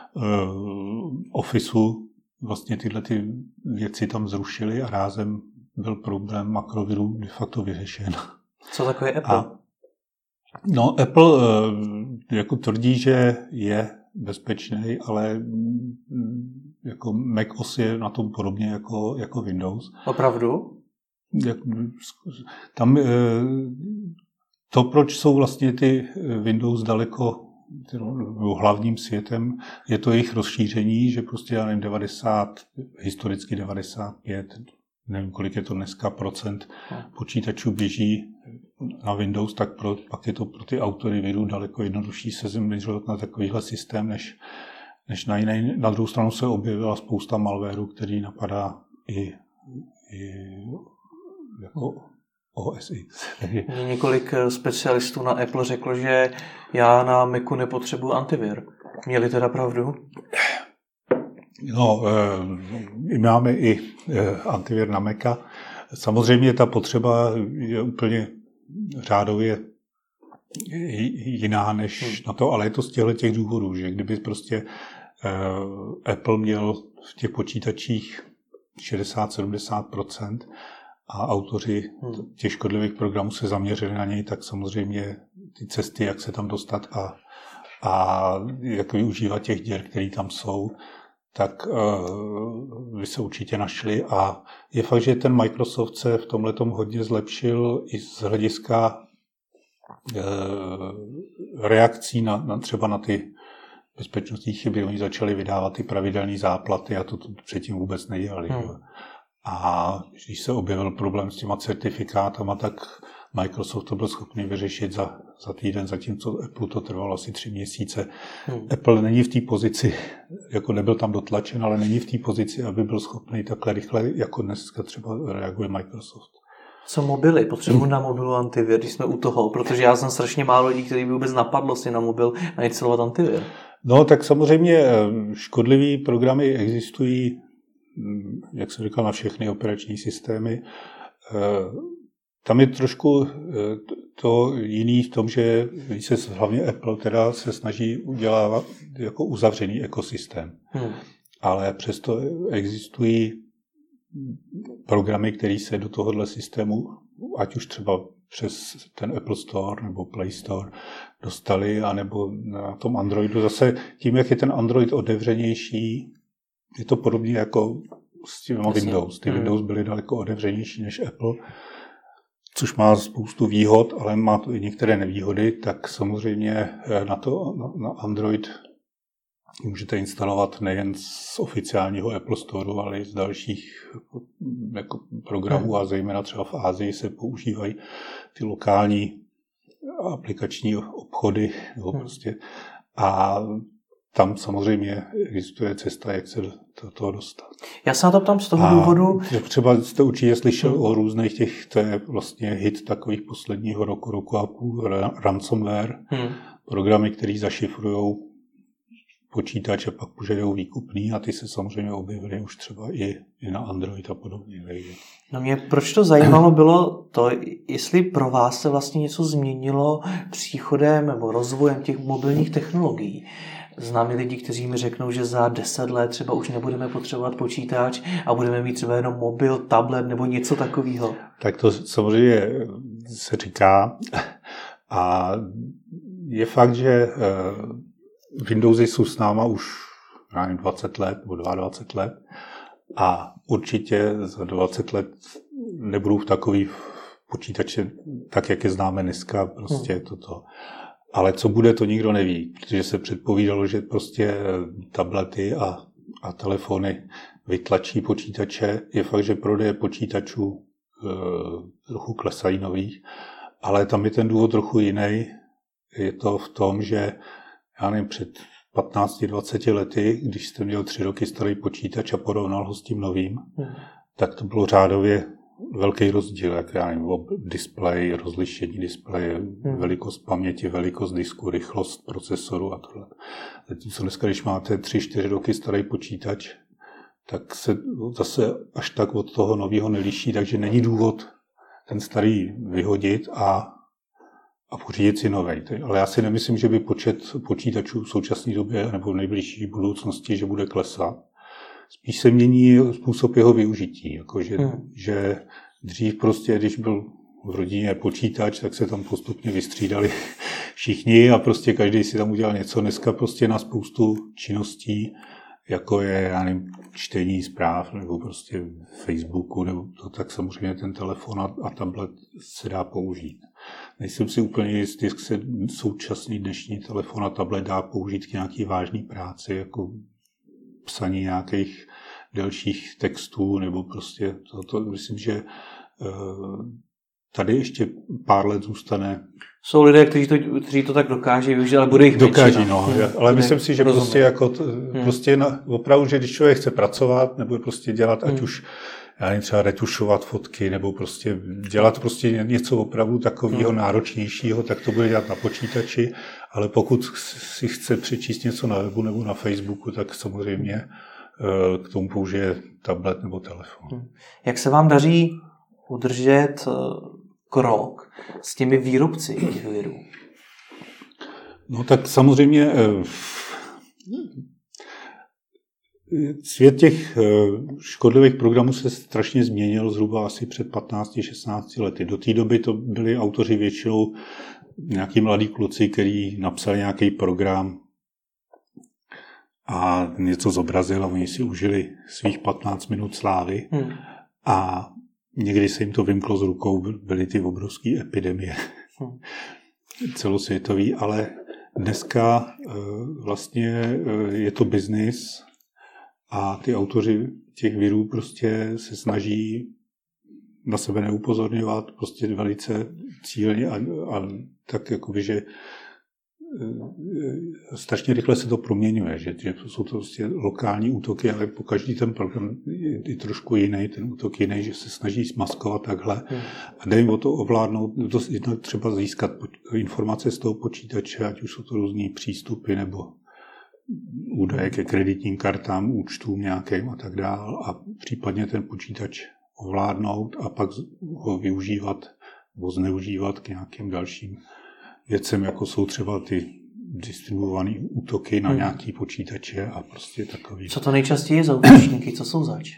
Officeu vlastně tyhle ty věci tam zrušily a rázem byl problém makrovirů de facto vyřešen. Co takové Apple? Apple jako tvrdí, že je bezpečný, ale jako macOS je na tom podobně jako Windows. Opravdu? Tam to, proč jsou vlastně ty Windows daleko hlavním světem, je to jejich rozšíření, že prostě já nevím, historicky 95, nevím, kolik je to dneska procent počítačů běží na Windows, tak pak je to pro ty autory virů daleko jednodušší se zaměřovat na takovýhle systém, než na jiný. Na druhou stranu se objevila spousta malwareu, který napadá i jako OS X. Několik specialistů na Apple řeklo, že já na Macu nepotřebuji antivir. Měli teda pravdu? No, máme i antivir na Maca. Samozřejmě ta potřeba je úplně řádově jiná než na to, ale je to z těch důvodů, že kdyby prostě Apple měl v těch počítačích 60-70% a autoři těch škodlivých programů se zaměřili na něj, tak samozřejmě ty cesty, jak se tam dostat a jak využívat těch děr, které tam jsou, tak by se určitě našli. A je fakt, že ten Microsoft se v tomhletom hodně zlepšil i z hlediska reakcí třeba na ty bezpečnostní chyby. Oni začali vydávat ty pravidelné záplaty a to předtím vůbec nedělali. A když se objevil problém s těma certifikátama, tak Microsoft to byl schopný vyřešit za týden, zatímco Apple to trvalo asi 3 měsíce. Apple není v té pozici, jako nebyl tam dotlačen, ale není v té pozici, aby byl schopný takhle rychle, jako dneska třeba reaguje Microsoft. Co mobily? Potřebuji na mobilu antivir, když jsme u toho, protože já jsem strašně málo lidí, který by vůbec napadlo si na mobil nainstalovat antivir. No tak samozřejmě škodlivý programy existují, jak jsem říkal, na všechny operační systémy. Tam je trošku to jiný v tom, že se hlavně Apple teda se snaží udělat jako uzavřený ekosystém. Ale přesto existují programy, které se do tohohle systému, ať už třeba přes ten Apple Store nebo Play Store dostali, anebo na tom Androidu. Zase tím, jak je ten Android otevřenější, je to podobně jako s tím Windows. Ty Windows byly daleko otevřenější než Apple, což má spoustu výhod, ale má to i některé nevýhody, tak samozřejmě na Android můžete instalovat nejen z oficiálního Apple Store, ale i z dalších jako programů a zejména třeba v Asii se používají ty lokální aplikační obchody. Prostě. A tam samozřejmě existuje cesta, jak se do toho dostat. Já se na to ptám z toho důvodu... Třeba jste určitě slyšel o různých těch, to je vlastně hit takových posledního roku a půl, ransomware, programy, které zašifrují počítač a pak požadují výkupný a ty se samozřejmě objevily už třeba i na Android a podobně. No mě proč to zajímalo bylo to, jestli pro vás se vlastně něco změnilo příchodem nebo rozvojem těch mobilních technologií. Znám lidi, kteří mi řeknou, že za 10 let třeba už nebudeme potřebovat počítač a budeme mít třeba jenom mobil, tablet nebo něco takového. Tak to samozřejmě se říká. A je fakt, že Windowsy jsou s náma už 20 let nebo 22 let a určitě za 20 let nebudou v takový počítače, tak jak je známe dneska, prostě toto. Ale co bude, to nikdo neví, protože se předpovídalo, že prostě tablety a telefony vytlačí počítače. Je fakt, že prodeje počítačů trochu klesají nových, ale tam je ten důvod trochu jiný. Je to v tom, že já nevím, před 15-20 lety, když jste měl 3 roky starý počítač a porovnal ho s tím novým, tak to bylo řádově velký rozdíl, jak já nevím, displej, rozlišení displeje, velikost paměti, velikost disku, rychlost procesoru a tohle. Zatímco dneska, když máte 3-4 roky starý počítač, tak se zase až tak od toho nového neliší, takže není důvod ten starý vyhodit a pořídit si novej. Ale já si nemyslím, že by počet počítačů v současné době nebo v nejbližší budoucnosti, že bude klesat. Spíš se mění způsob jeho využití. Jakože, že dřív prostě, když byl v rodině počítač, tak se tam postupně vystřídali všichni a prostě každý si tam udělal něco. Dneska prostě na spoustu činností, jako je, já nevím, čtení zpráv nebo prostě Facebooku, nebo to, tak samozřejmě ten telefon a tablet se dá použít. Nejsem si úplně jistý, jestli se současný dnešní telefon a tablet dá použít k nějaký vážný práci, jako psaní nějakých delších textů, nebo prostě to myslím, že tady ještě pár let zůstane. Jsou lidé, kteří to tak dokáží využít, ale bude jich dokáží, no, ale myslím si, že prostě jako prostě opravdu, že když člověk chce pracovat, nebo prostě dělat, ať už já nevím, třeba retušovat fotky, nebo prostě dělat prostě něco opravdu takového náročnějšího, tak to bude dělat na počítači, ale pokud si chce přečíst něco na webu nebo na Facebooku, tak samozřejmě k tomu použije tablet nebo telefon. Jak se vám daří udržet krok s těmi výrobci těch virů? No tak samozřejmě svět těch škodlivých programů se strašně změnil zhruba asi před 15-16 lety. Do té doby to byli autoři většinou nějaký mladí kluci, kteří napsali nějaký program a něco zobrazil a oni si užili svých 15 minut slávy. A někdy se jim to vymklo z rukou, byly ty obrovské epidemie celosvětový, ale dneska vlastně je to biznis a ty autoři těch virů prostě se snaží na sebe neupozorňovat prostě velice cílně a tak jakoby, že strašně rychle se to proměňuje, že jsou to prostě lokální útoky, ale po každý ten program je trošku jiný, ten útok jiný, že se snaží zmaskovat takhle a jde jim o to ovládnout, jednak třeba získat informace z toho počítače, ať už jsou to různý přístupy nebo údaje ke kreditním kartám, účtům nějakým a tak dál a případně ten počítač ovládnout a pak ho využívat nebo zneužívat k nějakým dalším věcem, jako jsou třeba ty distribuované útoky na nějaký počítače a prostě takový. Co to nejčastěji je za útočníky? Co jsou zač?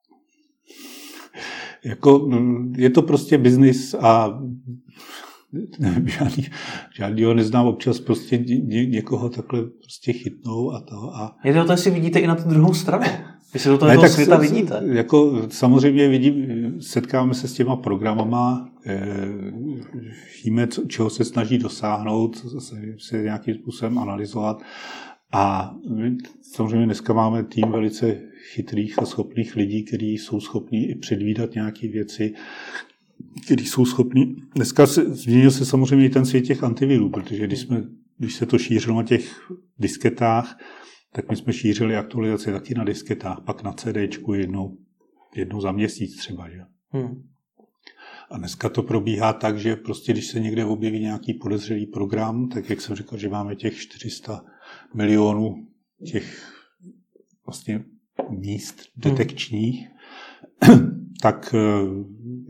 Jako, je to prostě biznis a nevím, žádnýho neznám, občas prostě někoho takhle prostě chytnou a to. A... Je to, jestli vidíte i na tu druhou stranu. Jestli do toho světa vidíte. Jako, samozřejmě setkáme se s těma programama, víme, čeho se snaží dosáhnout, se nějakým způsobem analyzovat. A my samozřejmě dneska máme tým velice chytrých a schopných lidí, kteří jsou schopní i předvídat nějaké věci, kteří jsou schopní. Dneska změnil se samozřejmě i ten svět těch antivirů, protože když se to šířilo na těch disketách, tak my jsme šířili aktualizace taky na disketách, pak na CDčku jednou za měsíc třeba. Že? A dneska to probíhá tak, že prostě když se někde objeví nějaký podezřelý program, tak jak jsem říkal, že máme těch 400 milionů těch vlastně míst detekčních, tak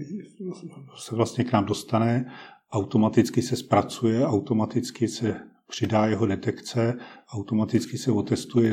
se vlastně k nám dostane, automaticky se zpracuje, automaticky se přidá jeho detekce, automaticky se otestuje,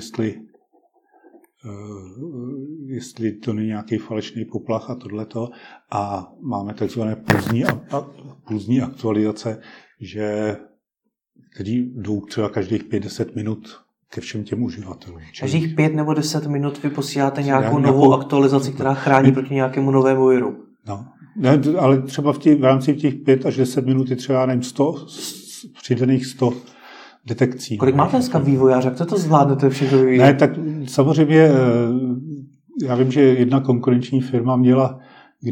jestli to není nějaký falešný poplach a tohleto. A máme takzvané pulzní aktualizace, který jdou třeba každých 5-10 minut ke všem těm uživatelům. Každých 5 nebo 10 minut vy posíláte nějakou novou aktualizaci, která chrání proti nějakému novému viru. No, ne, ale třeba v rámci těch 5 až 10 minut je třeba, nevím, 100, přidaných 100 detekcí. Kolik máte dneska vývojář? Jak to zvládnete všechno vyvíjet? Ne, tak samozřejmě, já vím, že jedna konkurenční firma měla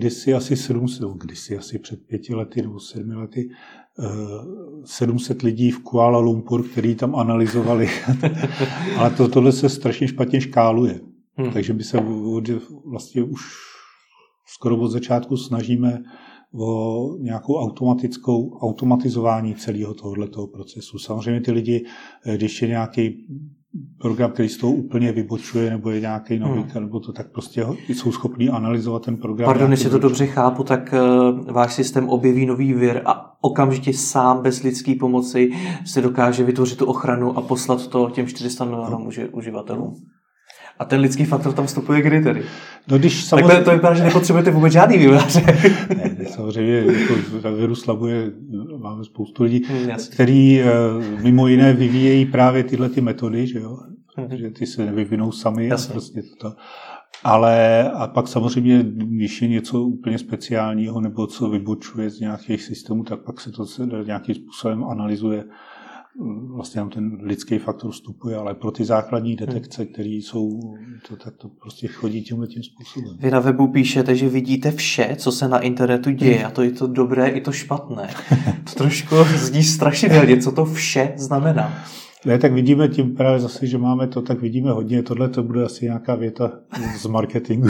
kdysi před 5 lety nebo 7 lety 700 lidí v Kuala Lumpur, který tam analyzovali. Ale tohle se strašně špatně škáluje. Takže my se vlastně už skoro od začátku snažíme o nějakou automatizování celého tohoto procesu. Samozřejmě ty lidi, když je nějaký program, který z toho úplně vybočuje, nebo je nějaký nový, nebo to, tak prostě jsou schopní analyzovat ten program. Pardon, jestli to dobře chápu, tak váš systém objeví nový vir a okamžitě sám bez lidské pomoci se dokáže vytvořit tu ochranu a poslat to těm 400 milionům uživatelům. A ten lidský faktor tam vstupuje kdy tedy? No, Takhle to vypadá, že nepotřebujete vůbec žádný vývojáře. Ne, samozřejmě jako viru slabuje, máme spoustu lidí, kteří mimo jiné vyvíjejí právě tyhle ty metody, že jo? Že ty se nevyvinou sami. Prostě to. Ale a pak samozřejmě, když je něco úplně speciálního nebo co vybočuje z nějakých systémů, tak pak se to nějakým způsobem analyzuje. Vlastně tam ten lidský faktor vstupuje, ale pro ty základní detekce, které jsou, tak to prostě chodí tímhletím způsobem. Vy na webu píšete, že vidíte vše, co se na internetu děje, a to je to dobré i to špatné. To trošku zní strašidelně, co to vše znamená. Ne, tak vidíme tím právě zase, že máme to, tak vidíme hodně. Tohle to bude asi nějaká věta z marketingu.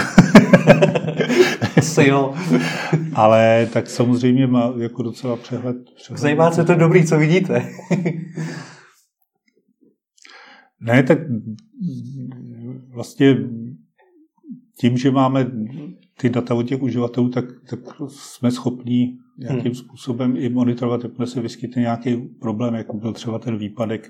Asi jo. Ale tak samozřejmě má jako docela přehled. Zajímá se to dobrý, co vidíte. Ne, tak vlastně tím, že máme ty data od těch uživatelů, tak jsme schopní nějakým způsobem i monitorovat, jakmile se vyskytne nějaký problém, jako byl třeba ten výpadek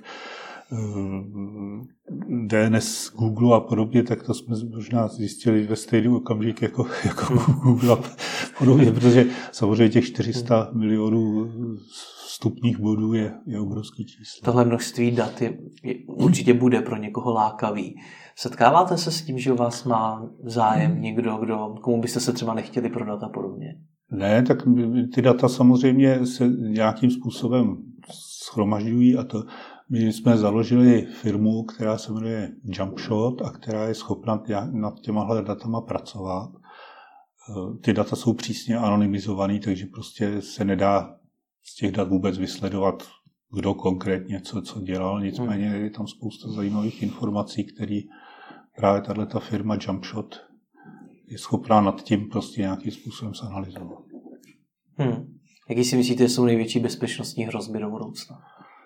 DNS Google a podobně, tak to jsme možná zjistili ve stejný okamžik jako Google a podobně, protože samozřejmě těch 400 milionů vstupních bodů je obrovský číslo. Tohle množství dat určitě bude pro někoho lákavý. Setkáváte se s tím, že u vás má zájem někdo, komu byste se třeba nechtěli prodat a podobně? Ne, tak ty data samozřejmě se nějakým způsobem shromažďují a to my jsme založili firmu, která se jmenuje JumpShot a která je schopna nad těmahle datama pracovat. Ty data jsou přísně anonymizované, takže prostě se nedá z těch dat vůbec vysledovat, kdo konkrétně co dělal. Nicméně je tam spousta zajímavých informací, které právě tato firma JumpShot je schopná nad tím prostě nějakým způsobem zanalyzovat. Jaký si myslíte, jsou největší bezpečnostní hrozby do budoucna?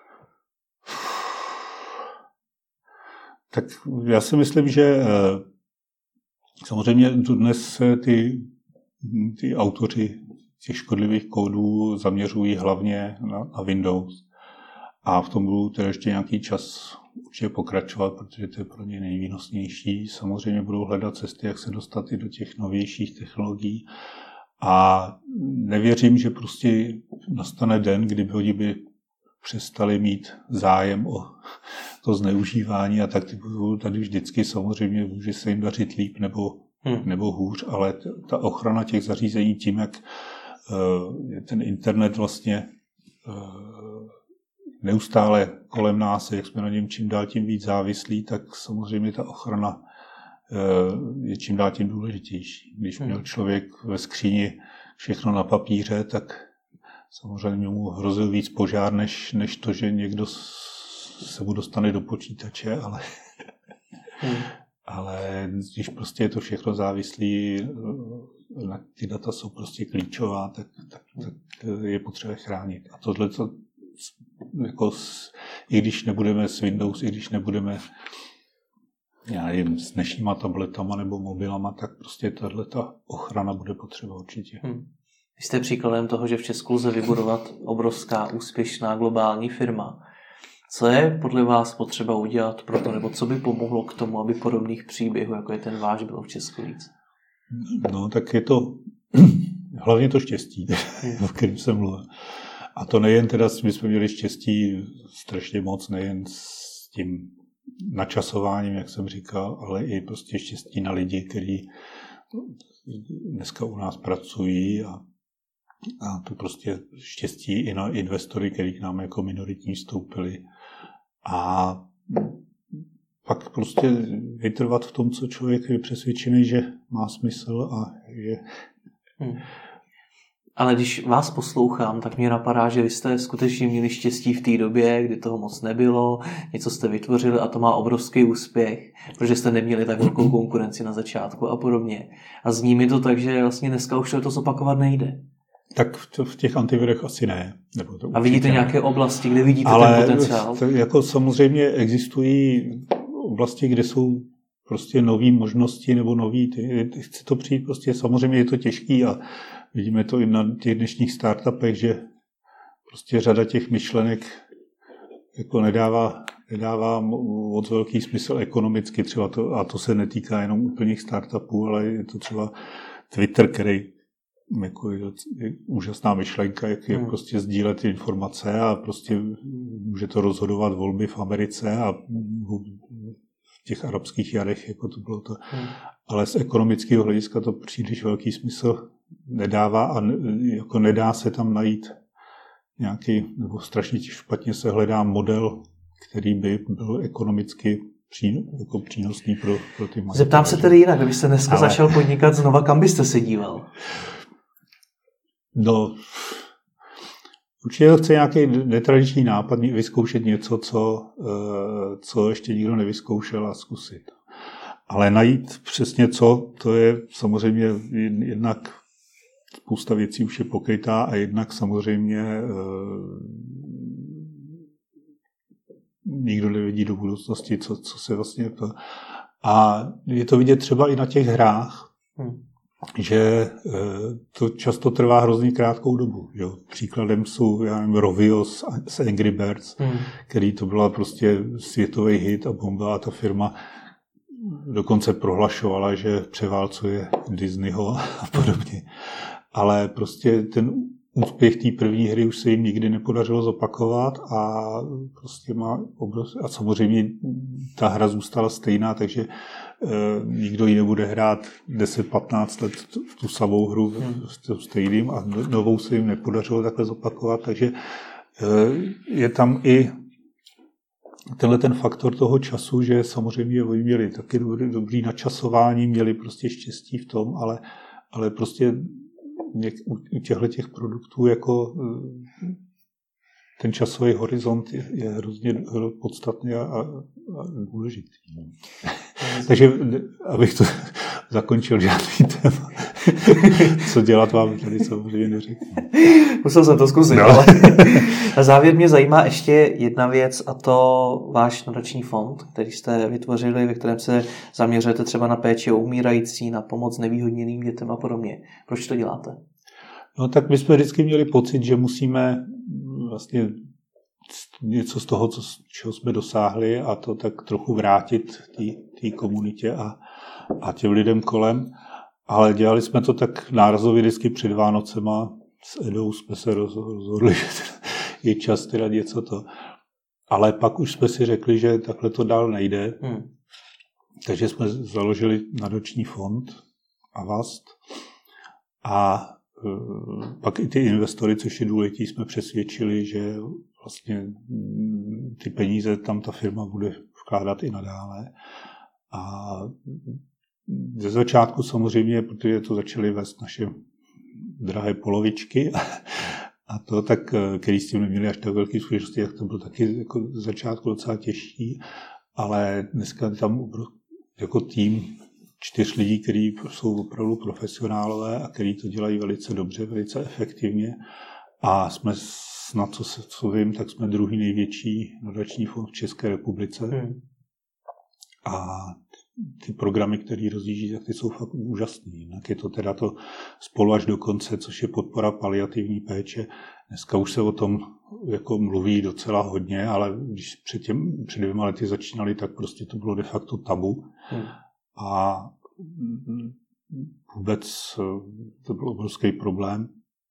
Tak já si myslím, že samozřejmě dnes ty autoři těch škodlivých kódů zaměřují hlavně na Windows. A v tom budou tedy ještě nějaký čas určitě pokračovat, protože to je pro ně nejvýnosnější. Samozřejmě budou hledat cesty, jak se dostat i do těch novějších technologií. A nevěřím, že prostě nastane den, kdyby oni by přestali mít zájem o to zneužívání a tak budou tady vždycky samozřejmě může se jim dařit líp nebo hůř, ale ta ochrana těch zařízení tím, jak ten internet vlastně neustále kolem nás, jak jsme na něm čím dál tím víc závislí, tak samozřejmě ta ochrana je čím dál tím důležitější. Když měl člověk ve skříni všechno na papíře, tak samozřejmě mu hrozil víc požár, než to, že někdo se mu dostane do počítače, ale když prostě je to všechno závislý, ty data jsou prostě klíčová, tak je potřeba chránit. A tohle, jako i když nebudeme s Windows, i když nebudeme s dnešníma tabletama nebo mobilama, tak prostě tato ochrana bude potřeba určitě. Vy jste příkladem toho, že v Česku lze vybudovat obrovská, úspěšná globální firma. Co je podle vás potřeba udělat pro to, nebo co by pomohlo k tomu, aby podobných příběhů, jako je ten váš, bylo v Česku víc? No, tak je to hlavně to štěstí, o kterém jsem mluvil. A to nejen teda, my jsme měli štěstí strašně moc, nejen s tím načasováním, jak jsem říkal, ale i prostě štěstí na lidi, kteří dneska u nás pracují a to prostě štěstí i na investory, kteří k nám jako minoritní vstoupili. A pak prostě vytrvat v tom, co člověk je přesvědčený, že má smysl a že... Ale když vás poslouchám, tak mě napadá, že vy jste skutečně měli štěstí v té době, kdy toho moc nebylo, něco jste vytvořili a to má obrovský úspěch, protože jste neměli tak velkou konkurenci na začátku a podobně. A zní mi to tak, že vlastně dneska už to zopakovat nejde. Tak v těch antivirech asi ne. Nebo to a vidíte nějaké oblasti, kde vidíte ten potenciál? Jako samozřejmě existují oblasti, kde jsou prostě nové možnosti nebo nový, chci to přijít prostě, samozřejmě je to těžký a vidíme to i na těch dnešních startupech, že prostě řada těch myšlenek jako nedává moc velký smysl ekonomicky třeba to se netýká jenom úplných startupů, ale je to třeba Twitter, který jako je úžasná myšlenka, jak prostě sdílet informace a prostě může to rozhodovat volby v Americe a v těch arabských jarech, jako to bylo to. Ale z ekonomického hlediska to příliš velký smysl nedává a jako nedá se tam najít nějaký, nebo strašně špatně se hledá model, který by byl ekonomicky jako přínosný pro ty majitele. Zeptám se tedy jinak, kdybyste dneska začal podnikat znova, kam byste se díval? No, určitě to chce nějaký netradiční nápad, vyzkoušet něco, co ještě nikdo nevyzkoušel a zkusit. Ale najít přesně co, to je samozřejmě jednak spousta věcí už je pokrytá a jednak samozřejmě nikdo nevidí do budoucnosti, co se vlastně to... A je to vidět třeba i na těch hrách, že to často trvá hrozně krátkou dobu. Jo. Příkladem jsou, já nevím, Rovio z Angry Birds, který to byla prostě světový hit a bomba a ta firma dokonce prohlašovala, že převálcuje Disneyho a podobně. Ale prostě ten úspěch té první hry už se jim nikdy nepodařilo zopakovat a prostě a samozřejmě ta hra zůstala stejná, takže nikdo ji nebude hrát 10-15 let v tu samou hru s stejným a novou se jim nepodařilo takhle zopakovat, takže je tam i tenhle ten faktor toho času, že samozřejmě oni měli taky dobrý načasování, měli prostě štěstí v tom, ale prostě u těchto produktů jako ten časový horizont je hrozně podstatný a důležitý. Takže, abych to zakončil, žádný téma. Co dělat vám tady samozřejmě neřeknu. Musel jsem to zkusit. No. Ale na závěr mě zajímá ještě jedna věc, a to váš nadační fond, který jste vytvořili, ve kterém se zaměřujete třeba na péči o umírající, na pomoc nevýhodněným dětem a podobně. Proč to děláte? No tak my jsme vždycky měli pocit, že musíme vlastně něco z toho, čeho jsme dosáhli, a to tak trochu vrátit té komunitě a těm lidem kolem. Ale dělali jsme to tak nárazově vždycky před Vánocema. S Edou jsme se rozhodli, že je čas teda něco to. Ale pak už jsme si řekli, že takhle to dál nejde. Takže jsme založili nadační fond Avast. A pak i ty investory, což je důležitý, jsme přesvědčili, že vlastně ty peníze tam ta firma bude vkládat i nadále. A ze začátku samozřejmě, protože to začaly vést naše drahé polovičky a to tak, který s tím neměli až tak velký zkušenosti, jak to bylo taky jako z začátku docela těžší, ale dneska tam jako tým 4 lidí, kteří jsou opravdu profesionálové a kteří to dělají velice dobře, velice efektivně a jsme na co vím, tak jsme druhý největší nadační fond v České republice. A ty programy, které rozjíždí, tak ty jsou fakt úžasný. Jinak je to teda to Spolu až do konce, což je podpora paliativní péče. Dneska už se o tom jako mluví docela hodně, ale když před 2 lety začínali, tak prostě to bylo de facto tabu. A vůbec to byl obrovský problém.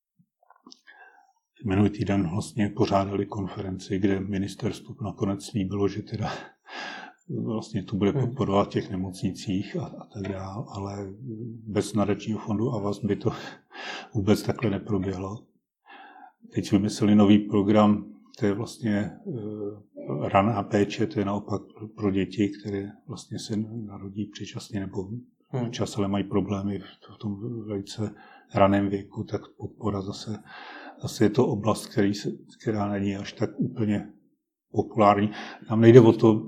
Minulý týden vlastně pořádali konferenci, kde ministerstvo nakonec slíbilo, že teda vlastně to bude podporovat v těch nemocnicích a tak dále, ale bez nadačního fondu Avast by to vůbec takhle neproběhlo. Teď vymysleli nový program, to je vlastně raná péče, to je naopak pro děti, které vlastně se narodí předčasně nebo včas, ale mají problémy v tom velice raném věku, tak podpora zase je to oblast, která není až tak úplně populární. Nám nejde o to,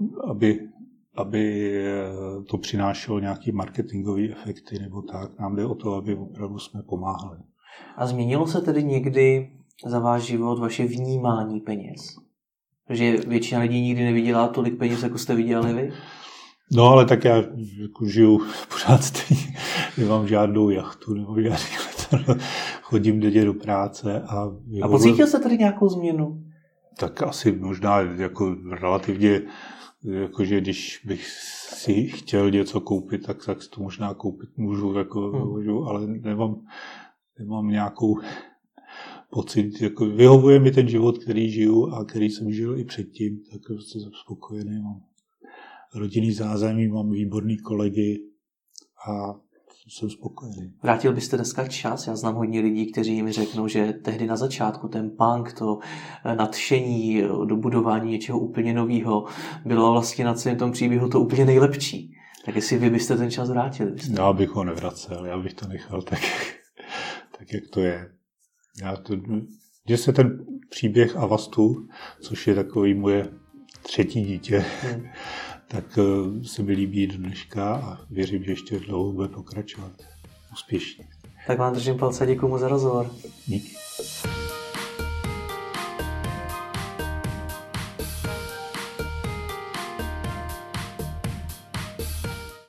aby to přinášelo nějaké marketingové efekty nebo tak. Nám jde o to, aby opravdu jsme pomáhali. A změnilo se tedy někdy za váš život vaše vnímání peněz? Že většina lidí nikdy neviděla tolik peněz, jako jste viděli vy? No, ale tak já jako žiju pořád stejně. Nemám žádnou jachtu nebo žádný letadlo. Chodím denně do práce. A pocítil jste tady nějakou změnu? Tak asi možná jako relativně, jakože když bych si chtěl něco koupit, tak to možná koupit můžu, ale nemám nějakou pocit, jako vyhovuje mi ten život, který žiju a který jsem žil i předtím, tak prostě jsem spokojený, mám rodinný zázemí, mám výborný kolegy a jsem spokojený. Vrátil byste dneska čas? Já znám hodně lidí, kteří mi řeknou, že tehdy na začátku ten punk, to nadšení do budování něčeho úplně nového bylo vlastně na celém tom příběhu to úplně nejlepší. Tak jestli vy byste ten čas vrátili? Já bych ho nevracel, já bych to nechal tak jak to je. Mně se ten příběh Avastu, což je takový moje 3. dítě, tak se mi líbí do dneška a věřím, že ještě dlouho bude pokračovat úspěšně. Tak vám držím palce, děkuji mu za rozhovor. Díky.